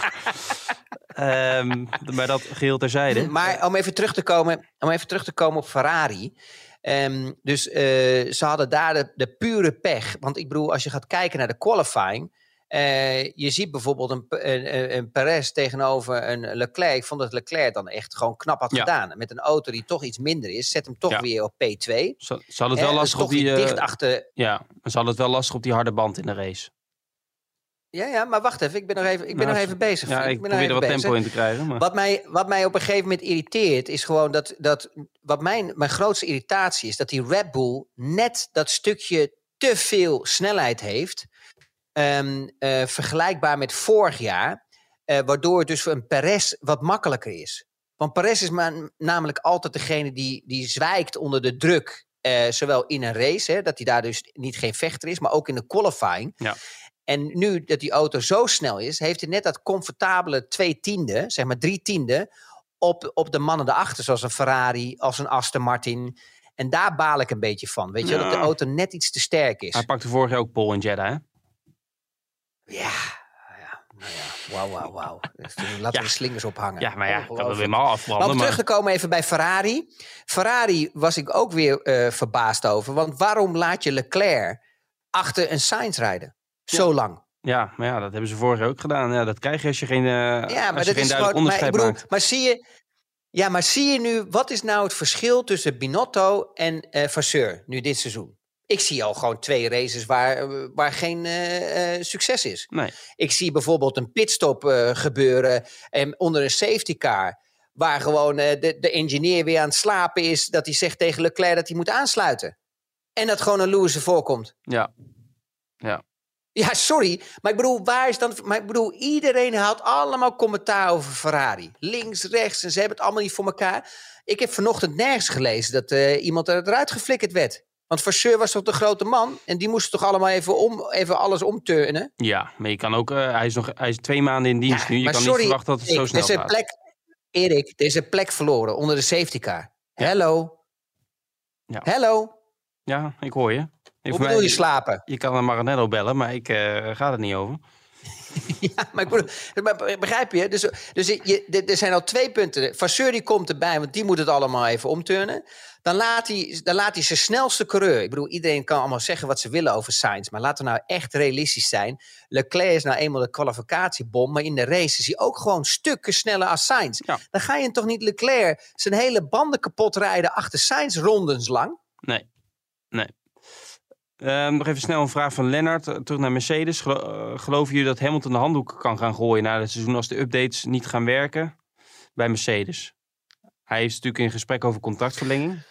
um, bij dat geheel terzijde. Maar om even terug te komen, om even terug te komen op Ferrari. Um, dus uh, ze hadden daar de, de pure pech. Want ik bedoel, als je gaat kijken naar de qualifying. Uh, je ziet bijvoorbeeld een, een, een Perez tegenover een Leclerc. Ik vond dat Leclerc dan echt gewoon knap had ja. gedaan. Met een auto die toch iets minder is, zet hem toch ja. weer op P twee. Ze, ze hadden het wel uh, lastig dus op die... Uh, dicht achter... Ja, maar ze hadden het wel lastig op die harde band in de race. Ja, ja, maar wacht even. Ik ben nog even, ik ben nou, nog even bezig. Ja, ik, ik probeer er wat bezig. tempo in te krijgen. Maar... Wat, mij, wat mij op een gegeven moment irriteert, is gewoon dat... dat wat mijn, mijn grootste irritatie is, dat die Red Bull net dat stukje te veel snelheid heeft... Um, uh, vergelijkbaar met vorig jaar, uh, waardoor het dus voor een Perez wat makkelijker is. Want Perez is ma- namelijk altijd degene die, die zwijkt onder de druk, uh, zowel in een race, hè, dat hij daar dus niet geen vechter is, maar ook in de qualifying. Ja. En nu dat die auto zo snel is, heeft hij net dat comfortabele twee tiende, zeg maar drie tiende, op, op de mannen daarachter, zoals een Ferrari, als een Aston Martin. En daar baal ik een beetje van, weet je, ja. dat de auto net iets te sterk is. Hij pakte vorig jaar ook pole in Jeddah, hè? Ja, ja, nou ja, wauw, wauw, wauw. Dus laten we ja. de slingers ophangen. Ja, maar ja, ik kan er weer maar afbranden. Maar om maar... terug te komen even bij Ferrari. Ferrari was ik ook weer uh, verbaasd over. Want waarom laat je Leclerc achter een Sainz rijden? Zo ja. lang. Ja, maar ja, dat hebben ze vorig jaar ook gedaan. Ja, dat krijg je als je geen, uh, ja, maar als je dat geen is duidelijk gewoon, onderscheid maar, ik bedoel, maakt. Maar zie je... Ja, maar zie je nu... Wat is nou het verschil tussen Binotto en uh, Vasseur nu dit seizoen? Ik zie al gewoon twee races waar, waar geen uh, uh, succes is. Nee. Ik zie bijvoorbeeld een pitstop uh, gebeuren um, onder een safety car. Waar gewoon uh, de, de engineer weer aan het slapen is. Dat hij zegt tegen Leclerc dat hij moet aansluiten. En dat gewoon een Lewis ervoor komt. Ja. Ja. Ja, sorry. Maar ik bedoel, waar is dan... Maar ik bedoel, iedereen haalt allemaal commentaar over Ferrari. Links, rechts. En ze hebben het allemaal niet voor elkaar. Ik heb vanochtend nergens gelezen dat uh, iemand eruit geflikkerd werd. Want Vasseur was toch de grote man? En die moesten toch allemaal even, om, even alles omturnen? Ja, maar je kan ook... Uh, hij, is nog, hij is twee maanden in dienst ja, nu. Je kan sorry, niet verwachten dat het ik, zo snel er is gaat. Plek, Erik, er is een plek verloren onder de safety car. Ja. Hello? Ja. Hello? Ja, ik hoor je. Ik Hoe bedoel mij, je slapen? Je kan naar Maranello bellen, maar ik uh, ga er niet over. Ja, maar ik bedoel, begrijp je? Dus, dus je, er zijn al twee punten. Vasseur die komt erbij, want die moet het allemaal even omturnen. Dan laat hij, dan laat hij zijn snelste coureur. Ik bedoel, iedereen kan allemaal zeggen wat ze willen over Sainz. Maar laten we nou echt realistisch zijn. Leclerc is nou eenmaal de kwalificatiebom. Maar in de race is hij ook gewoon stukken sneller als Sainz. Ja. Dan ga je toch niet Leclerc zijn hele banden kapot rijden achter Sainz rondens lang? Nee, nee. Uh, nog even snel een vraag van Lennart. Uh, terug naar Mercedes. Gelo- uh, geloven jullie dat Hamilton de handdoek kan gaan gooien na het seizoen als de updates niet gaan werken bij Mercedes? Hij is natuurlijk in gesprek over contractverlenging.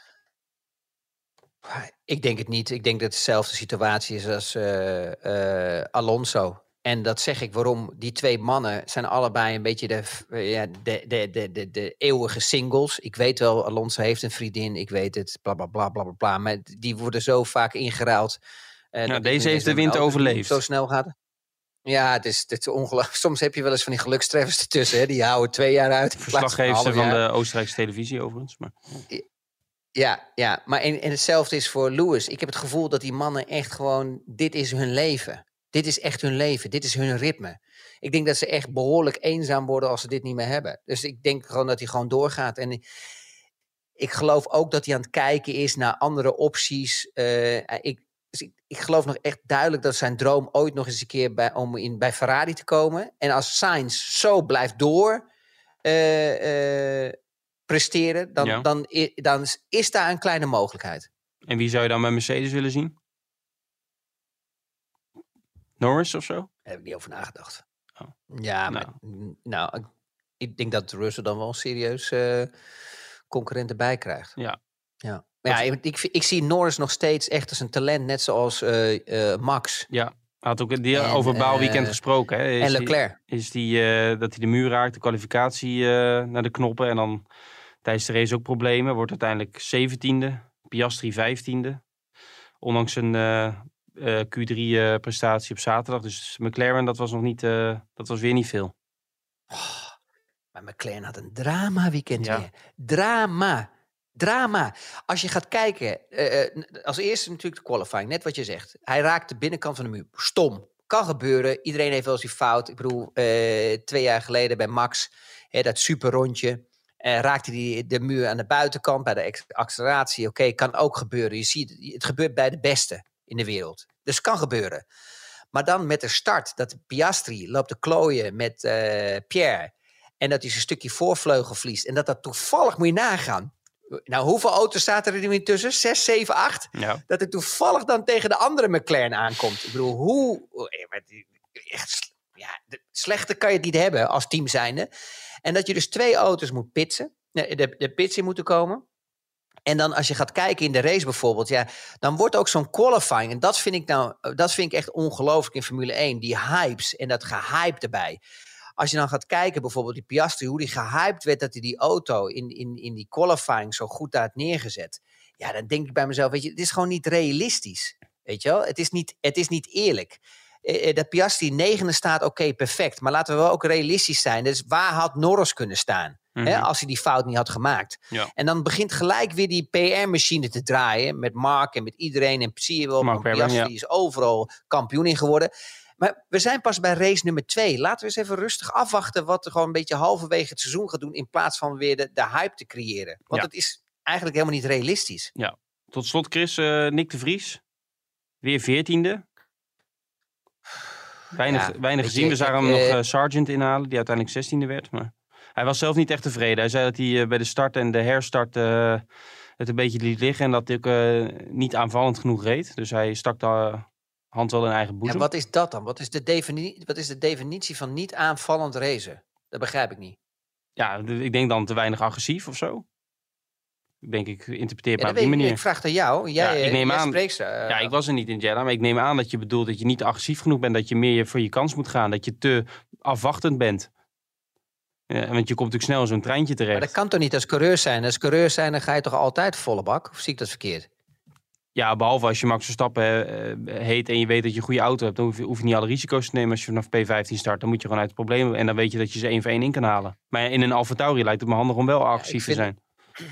Ik denk het niet. Ik denk dat het dezelfde situatie is als uh, uh, Alonso. En dat zeg ik waarom. Die twee mannen zijn allebei een beetje de, uh, ja, de, de, de, de, de eeuwige singles. Ik weet wel, Alonso heeft een vriendin. Ik weet het, bla bla bla bla bla. Maar die worden zo vaak ingeruild. Uh, ja, deze heeft de wind overleefd. Zo snel gaat. Ja, het is, het is ongelooflijk. Soms heb je wel eens van die gelukstreffers ertussen. Hè? Die houden twee jaar uit. Verslaggever van de Oostenrijkse televisie overigens. Maar... Ja, ja, maar en, en hetzelfde is voor Lewis. Ik heb het gevoel dat die mannen echt gewoon... Dit is hun leven. Dit is echt hun leven. Dit is hun ritme. Ik denk dat ze echt behoorlijk eenzaam worden als ze dit niet meer hebben. Dus ik denk gewoon dat hij gewoon doorgaat. En ik geloof ook dat hij aan het kijken is naar andere opties. Uh, ik, dus ik, ik geloof nog echt duidelijk dat zijn droom ooit nog eens een keer bij, om in, bij Ferrari te komen. En als Sainz zo blijft door uh, uh, presteren, dan, ja. dan, dan is daar een kleine mogelijkheid. En wie zou je dan bij Mercedes willen zien? Norris of zo? Daar heb ik niet over nagedacht. Oh. Ja, maar Nou. nou, ik, ik denk dat Russell dan wel een serieus uh, concurrent erbij krijgt. Ja. Ja, maar ja ik, ik, ik zie Norris nog steeds echt als een talent, net zoals uh, uh, Max. Ja, hij had ook die, En, over baalweekend uh, gesproken. Hè? Is en Leclerc. Die, is die, uh, dat hij de muur raakt, de kwalificatie uh, naar de knoppen. En dan tijdens de race ook problemen. Wordt uiteindelijk zeventiende. Piastri vijftiende. Ondanks een uh, uh, Q drie uh, prestatie op zaterdag. Dus McLaren, dat was nog niet, uh, dat was weer niet veel. Oh, maar McLaren had een drama weekend ja. weer. Drama. Drama. Als je gaat kijken, uh, als eerste natuurlijk de qualifying, net wat je zegt. Hij raakt de binnenkant van de muur. Stom. Kan gebeuren. Iedereen heeft wel eens die fout. Ik bedoel, uh, twee jaar geleden bij Max, hè, dat super rondje. Uh, raakte hij de muur aan de buitenkant bij de acceleratie. Oké, okay, kan ook gebeuren. Je ziet, het gebeurt bij de beste in de wereld. Dus kan gebeuren. Maar dan met de start, dat Piastri loopt te klooien met uh, Pierre. En dat hij zijn stukje voorvleugel verliest. En dat dat toevallig, moet je nagaan. Nou, hoeveel auto's zaten er nu in tussen? Zes, zeven, acht? Ja. Dat het toevallig dan tegen de andere McLaren aankomt. Ik bedoel, hoe... Echt, ja, slechter kan je het niet hebben als team zijnde. En dat je dus twee auto's moet pitsen. De, de pits in moeten komen. En dan als je gaat kijken in de race bijvoorbeeld, ja, dan wordt ook zo'n qualifying. En dat vind ik nou, dat vind ik echt ongelooflijk in Formule één. Die hypes en dat gehyped erbij. Als je dan gaat kijken, bijvoorbeeld die Piastri, hoe die gehyped werd dat hij die auto in, in, in die qualifying zo goed had neergezet. Ja, dan denk ik bij mezelf, weet je, het is gewoon niet realistisch. Weet je wel? Het is niet, het is niet eerlijk. Uh, dat Piastri negende staat, oké, okay, perfect. Maar laten we wel ook realistisch zijn. Dus waar had Norris kunnen staan? Mm-hmm. Hè, als hij die fout niet had gemaakt. Ja. En dan begint gelijk weer die P R-machine te draaien. Met Mark en met iedereen. En zie je wel, Mark Piastri ja. is overal kampioen in geworden. Maar we zijn pas bij race nummer twee. Laten we eens even rustig afwachten wat er gewoon een beetje halverwege het seizoen gaat doen. In plaats van weer de, de hype te creëren. Want ja. het is eigenlijk helemaal niet realistisch. Ja. Tot slot Chris, uh, Nick de Vries. Weer veertiende. Weinig, ja, weinig gezien. Je, we zagen ik, hem uh, nog uh, Sargent inhalen, die uiteindelijk zestiende werd. Maar hij was zelf niet echt tevreden. Hij zei dat hij uh, bij de start en de herstart uh, het een beetje liet liggen. En dat hij ook uh, niet aanvallend genoeg reed. Dus hij stak de uh, hand wel in eigen boezem. Ja, wat is dat dan? Wat is de definitie, wat is de definitie van niet aanvallend racen? Dat begrijp ik niet. Ja, ik denk dan te weinig agressief of zo. Ik denk, ik interpreteer het ja, maar op die manier. Ik vraag aan jou. Jij, ja, ik neem jij aan, spreekt ze. Uh, ja, ik was er niet in Jeddah, maar ik neem aan dat je bedoelt dat je niet agressief genoeg bent. Dat je meer voor je kans moet gaan. Dat je te afwachtend bent. Ja, want je komt natuurlijk snel in zo'n treintje terecht. Maar dat kan toch niet als coureur zijn? Als coureur zijn, dan ga je toch altijd volle bak? Of zie ik dat verkeerd? Ja, behalve als je Max Verstappen uh, heet en je weet dat je een goede auto hebt. Dan hoef je, hoef je niet alle risico's te nemen als je vanaf P vijftien start. Dan moet je gewoon uit het probleem. En dan weet je dat je ze één voor één in kan halen. Maar in een AlphaTauri lijkt het me handig om wel agressief ja, te zijn.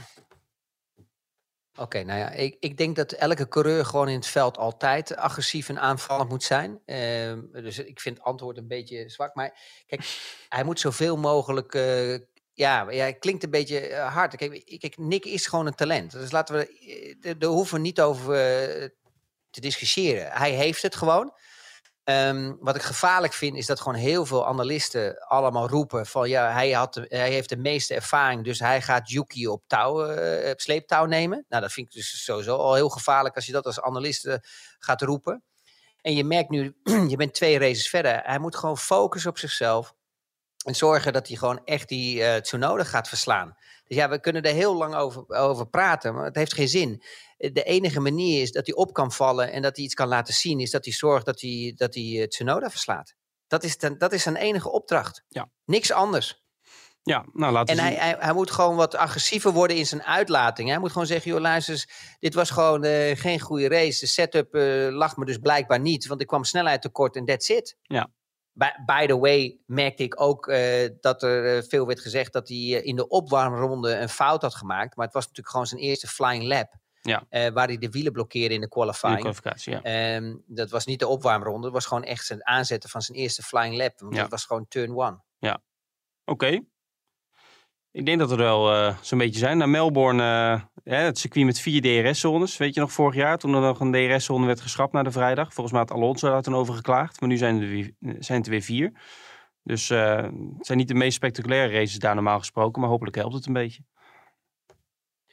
Oké, okay, nou ja, ik, ik denk dat elke coureur gewoon in het veld altijd agressief en aanvallend moet zijn. Uh, dus ik vind het antwoord een beetje zwak. Maar kijk, hij moet zoveel mogelijk... Uh, ja, ja, het klinkt een beetje uh, hard. Kijk, kijk, Nick is gewoon een talent. Dus laten we... Daar hoeven we niet over uh, te discussiëren. Hij heeft het gewoon. Um, wat ik gevaarlijk vind, is dat gewoon heel veel analisten allemaal roepen van ja, hij, had de, hij heeft de meeste ervaring, dus hij gaat Yuki op, touw, uh, op sleeptouw nemen. Nou, dat vind ik dus sowieso al heel gevaarlijk als je dat als analist uh, gaat roepen. En je merkt nu, je bent twee races verder, hij moet gewoon focussen op zichzelf en zorgen dat hij gewoon echt die uh, Tsunoda gaat verslaan. Dus ja, we kunnen er heel lang over, over praten, maar het heeft geen zin. De enige manier is dat hij op kan vallen en dat hij iets kan laten zien, is dat hij zorgt dat hij, dat hij uh, Tsunoda verslaat. Dat is, ten, dat is zijn enige opdracht. Ja. Niks anders. Ja, nou laten we En hij, hij, hij moet gewoon wat agressiever worden in zijn uitlating. Hij moet gewoon zeggen, joh, luister eens, dit was gewoon uh, geen goede race. De setup uh, lag me dus blijkbaar niet, want ik kwam snelheid tekort en that's it. Ja. By, by the way merkte ik ook uh, dat er uh, veel werd gezegd dat hij uh, in de opwarmronde een fout had gemaakt. Maar het was natuurlijk gewoon zijn eerste flying lap. Ja. Uh, waar hij de wielen blokkeerde in de qualifying. In de kwalificatie, ja. Um, dat was niet de opwarmronde. Dat was gewoon echt zijn aanzetten van zijn eerste flying lap. Want ja. dat was gewoon turn one. Ja, oké. Okay. Ik denk dat we er wel uh, zo'n beetje zijn. Naar Melbourne, uh, ja, het circuit met vier D R S-zones. Weet je nog, vorig jaar toen er nog een D R S-zone werd geschrapt na de vrijdag. Volgens mij had Alonso daar toen over geklaagd. Maar nu zijn, er weer, zijn het er weer vier. Dus uh, het zijn niet de meest spectaculaire races daar normaal gesproken. Maar hopelijk helpt het een beetje.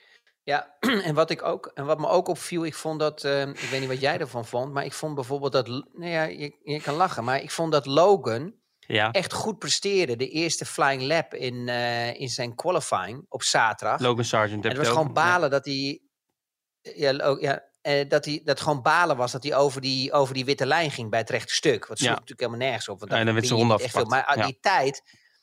Ja, en wat ik ook en wat me ook opviel, ik vond dat, uh, ik weet niet wat jij ervan vond, maar ik vond bijvoorbeeld dat, nou ja, je, je kan lachen, maar ik vond dat Logan Ja. echt goed presteerde. De eerste flying lap in, uh, in zijn qualifying op zaterdag. Logan Sargent. En het was gewoon balen ja. dat hij, ja, ja, uh, dat hij, dat gewoon balen was dat hij over die, over die witte lijn ging bij het rechte stuk. Wat sloeg ja. natuurlijk helemaal nergens op. Want ja, dan werd ze ronde afgepakt. Maar ja. die tijd,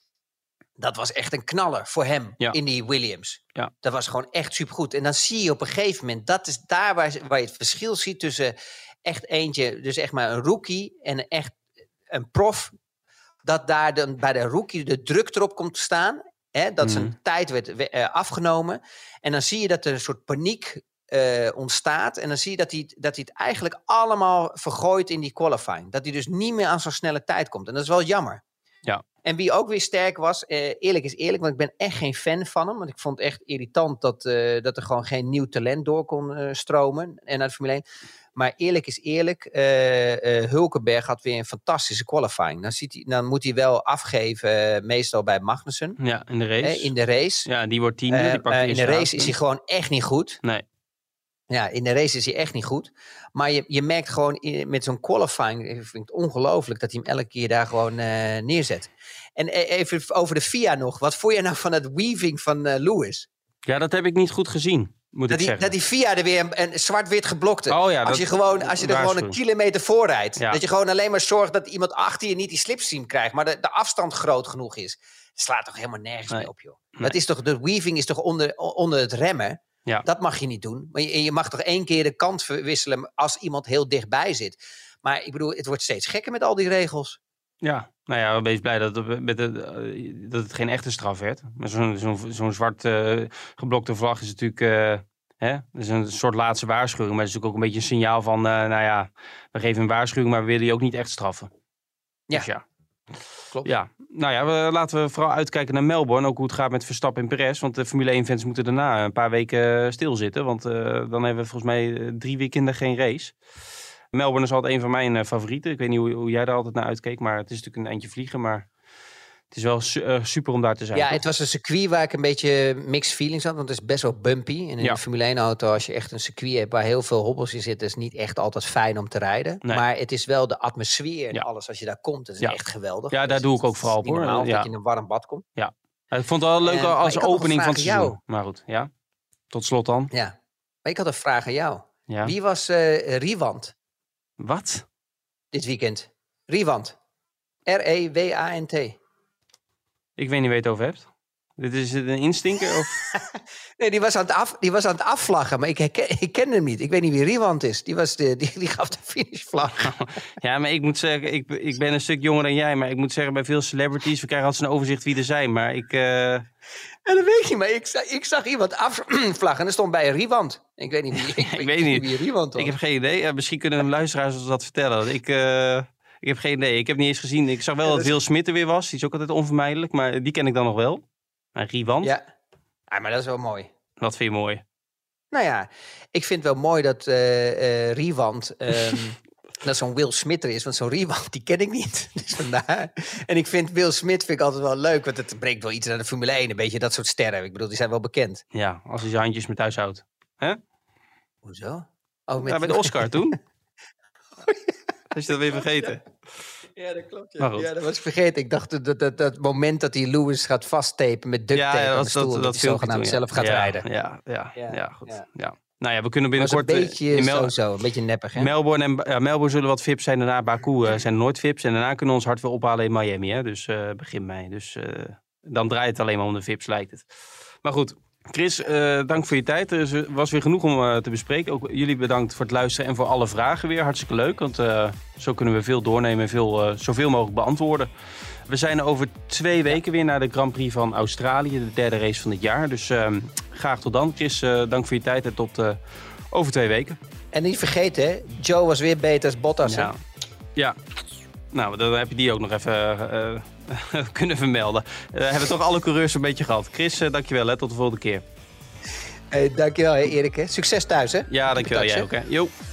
dat was echt een knaller voor hem ja. in die Williams. Ja. Dat was gewoon echt supergoed. En dan zie je op een gegeven moment, dat is daar waar, waar je het verschil ziet tussen echt eentje, dus echt maar een rookie en een echt een prof, dat daar dan bij de rookie de druk erop komt te staan, hè, dat mm. zijn tijd werd uh, afgenomen. En dan zie je dat er een soort paniek uh, ontstaat. En dan zie je dat hij, dat hij het eigenlijk allemaal vergooit in die qualifying. Dat hij dus niet meer aan zo'n snelle tijd komt. En dat is wel jammer. Ja. En wie ook weer sterk was, uh, eerlijk is eerlijk, want ik ben echt geen fan van hem. Want ik vond het echt irritant dat, uh, dat er gewoon geen nieuw talent door kon uh, stromen. En naar de Formule één. Maar eerlijk is eerlijk, uh, uh, Hulkenberg had weer een fantastische qualifying. Dan, ziet hij, dan moet hij wel afgeven, uh, meestal bij Magnussen. Ja, in de race. Uh, in de race. Ja, die wordt tiende. Uh, die pakt uh, in de race avond. is hij gewoon echt niet goed. Nee. Ja, in de race is hij echt niet goed. Maar je, je merkt gewoon in, met zo'n qualifying, ik vind het ongelooflijk dat hij hem elke keer daar gewoon uh, neerzet. En uh, even over de F I A nog. Wat vond je nou van het weaving van uh, Lewis? Ja, dat heb ik niet goed gezien. Moet dat, ik die, dat die F I A er weer een, een zwart-wit geblokte. Oh ja, als dat, je, gewoon, als je er gewoon een kilometer voor rijdt. Ja. Dat je gewoon alleen maar zorgt dat iemand achter je niet die slipstream krijgt. Maar de, de afstand groot genoeg is. Het slaat toch helemaal nergens nee. mee op, joh. Nee. Dat is toch, de weaving is toch onder, onder het remmen. Ja. Dat mag je niet doen. Maar je, je mag toch één keer de kant verwisselen als iemand heel dichtbij zit. Maar ik bedoel, het wordt steeds gekker met al die regels. Ja, nou ja, wees blij dat het, met de, dat het geen echte straf werd. Maar zo'n, zo'n, zo'n zwart uh, geblokte vlag is natuurlijk uh, hè, dat is een soort laatste waarschuwing. Maar het is natuurlijk ook een beetje een signaal van, uh, nou ja, we geven een waarschuwing, maar we willen je ook niet echt straffen. Ja, dus ja. Klopt. Ja, nou ja, we, laten we vooral uitkijken naar Melbourne. Ook hoe het gaat met Verstappen en Perez. Want de Formule één-fans moeten daarna een paar weken stilzitten. Want uh, dan hebben we volgens mij drie weekenden geen race. Melbourne is altijd een van mijn uh, favorieten. Ik weet niet hoe, hoe jij daar altijd naar uitkeek. Maar het is natuurlijk een eindje vliegen. Maar het is wel su- uh, super om daar te zijn. Ja, toch? Het was een circuit waar ik een beetje mixed feelings had. Want het is best wel bumpy. En in ja. een Formule één-auto, als je echt een circuit hebt waar heel veel hobbels in zitten, is niet echt altijd fijn om te rijden. Nee. Maar het is wel de atmosfeer en ja. alles als je daar komt. Dat is ja. echt geweldig. Ja, daar dus doe ik ook vooral op, hoor. Normaal ja. dat je in een warm bad komt. Ja, ik vond het wel leuk uh, als opening van het seizoen. Jou. Maar goed, ja. Tot slot dan. Ja, maar ik had een vraag aan jou. Ja. Wie was uh, Riewand? Wat? Dit weekend. Riewand. R E W A N T. Ik weet niet waar je het over hebt. Dit is een instinker? Of? nee, die was, aan het af, die was aan het afvlaggen, maar ik, herken, ik ken hem niet. Ik weet niet wie Riewand is. Die, was de, die, die gaf de finishvlag. ja, maar ik moet zeggen, ik, ik ben een stuk jonger dan jij. Maar ik moet zeggen, bij veel celebrities, we krijgen altijd een overzicht wie er zijn. Maar ik... Uh... En dat weet je, maar ik, ik zag iemand afvlaggen en er stond bij Riewand. Ik weet niet wie, ik, ik ik weet niet wie Riewand was. Ik heb geen idee. Ja, misschien kunnen de luisteraars ons dat vertellen. Ik... Uh... Ik heb geen idee. Ik heb niet eens gezien. Ik zag wel ja, dat, dat Will Smith er weer was. Die is ook altijd onvermijdelijk. Maar die ken ik dan nog wel. Maar Riewand. Ja. ja, maar dat is wel mooi. Wat vind je mooi? Nou ja, ik vind het wel mooi dat uh, uh, Riewand... Um, dat zo'n Will Smith er is. Want zo'n Riewand, die ken ik niet. Dus vandaar. En ik vind Will Smith vind ik altijd wel leuk. Want het brengt wel iets naar de Formule één. Een beetje dat soort sterren. Ik bedoel, die zijn wel bekend. Ja, als hij zijn handjes met thuis houdt. Hè? Hoezo? Oh, met... Ja, bij de Oscar toen. Is je dat weer vergeten? Ja, dat klopt. Ja, ja dat was ik vergeten. Ik dacht dat, dat, dat, dat moment dat hij Lewis gaat vasttapen met duct tape ja, ja, aan de stoel, dat, dat, dat hij zogenaamd zelf gaat ja, rijden. Ja, ja, ja, ja, goed. Ja. Ja. Nou ja, we kunnen binnenkort... een beetje in Mel- zo, zo, een beetje neppig, hè? Melbourne, en, ja, Melbourne zullen wat V I P's zijn, daarna Baku uh, zijn er nooit V I P's. En daarna kunnen we ons hart weer ophalen in Miami, hè? Dus uh, begin mei. Dus uh, dan draait het alleen maar om de V I P's, lijkt het. Maar goed... Chris, uh, dank voor je tijd. Er was weer genoeg om uh, te bespreken. Ook jullie bedankt voor het luisteren en voor alle vragen weer. Hartstikke leuk, want uh, zo kunnen we veel doornemen en veel, uh, zoveel mogelijk beantwoorden. We zijn over twee weken weer naar de Grand Prix van Australië, de derde race van dit jaar. Dus uh, graag tot dan. Chris, uh, dank voor je tijd en tot uh, over twee weken. En niet vergeten, hè? Joe was weer beter als Bottas. Ja. ja. Nou, dan heb je die ook nog even uh, kunnen vermelden. Uh, hebben we toch alle coureurs een beetje gehad. Chris, uh, dankjewel. Hè. Tot de volgende keer. Hey, dankjewel, hè, Erik. Hè. Succes thuis, hè? Ja, dankjewel. Jij ook, hè. Jo.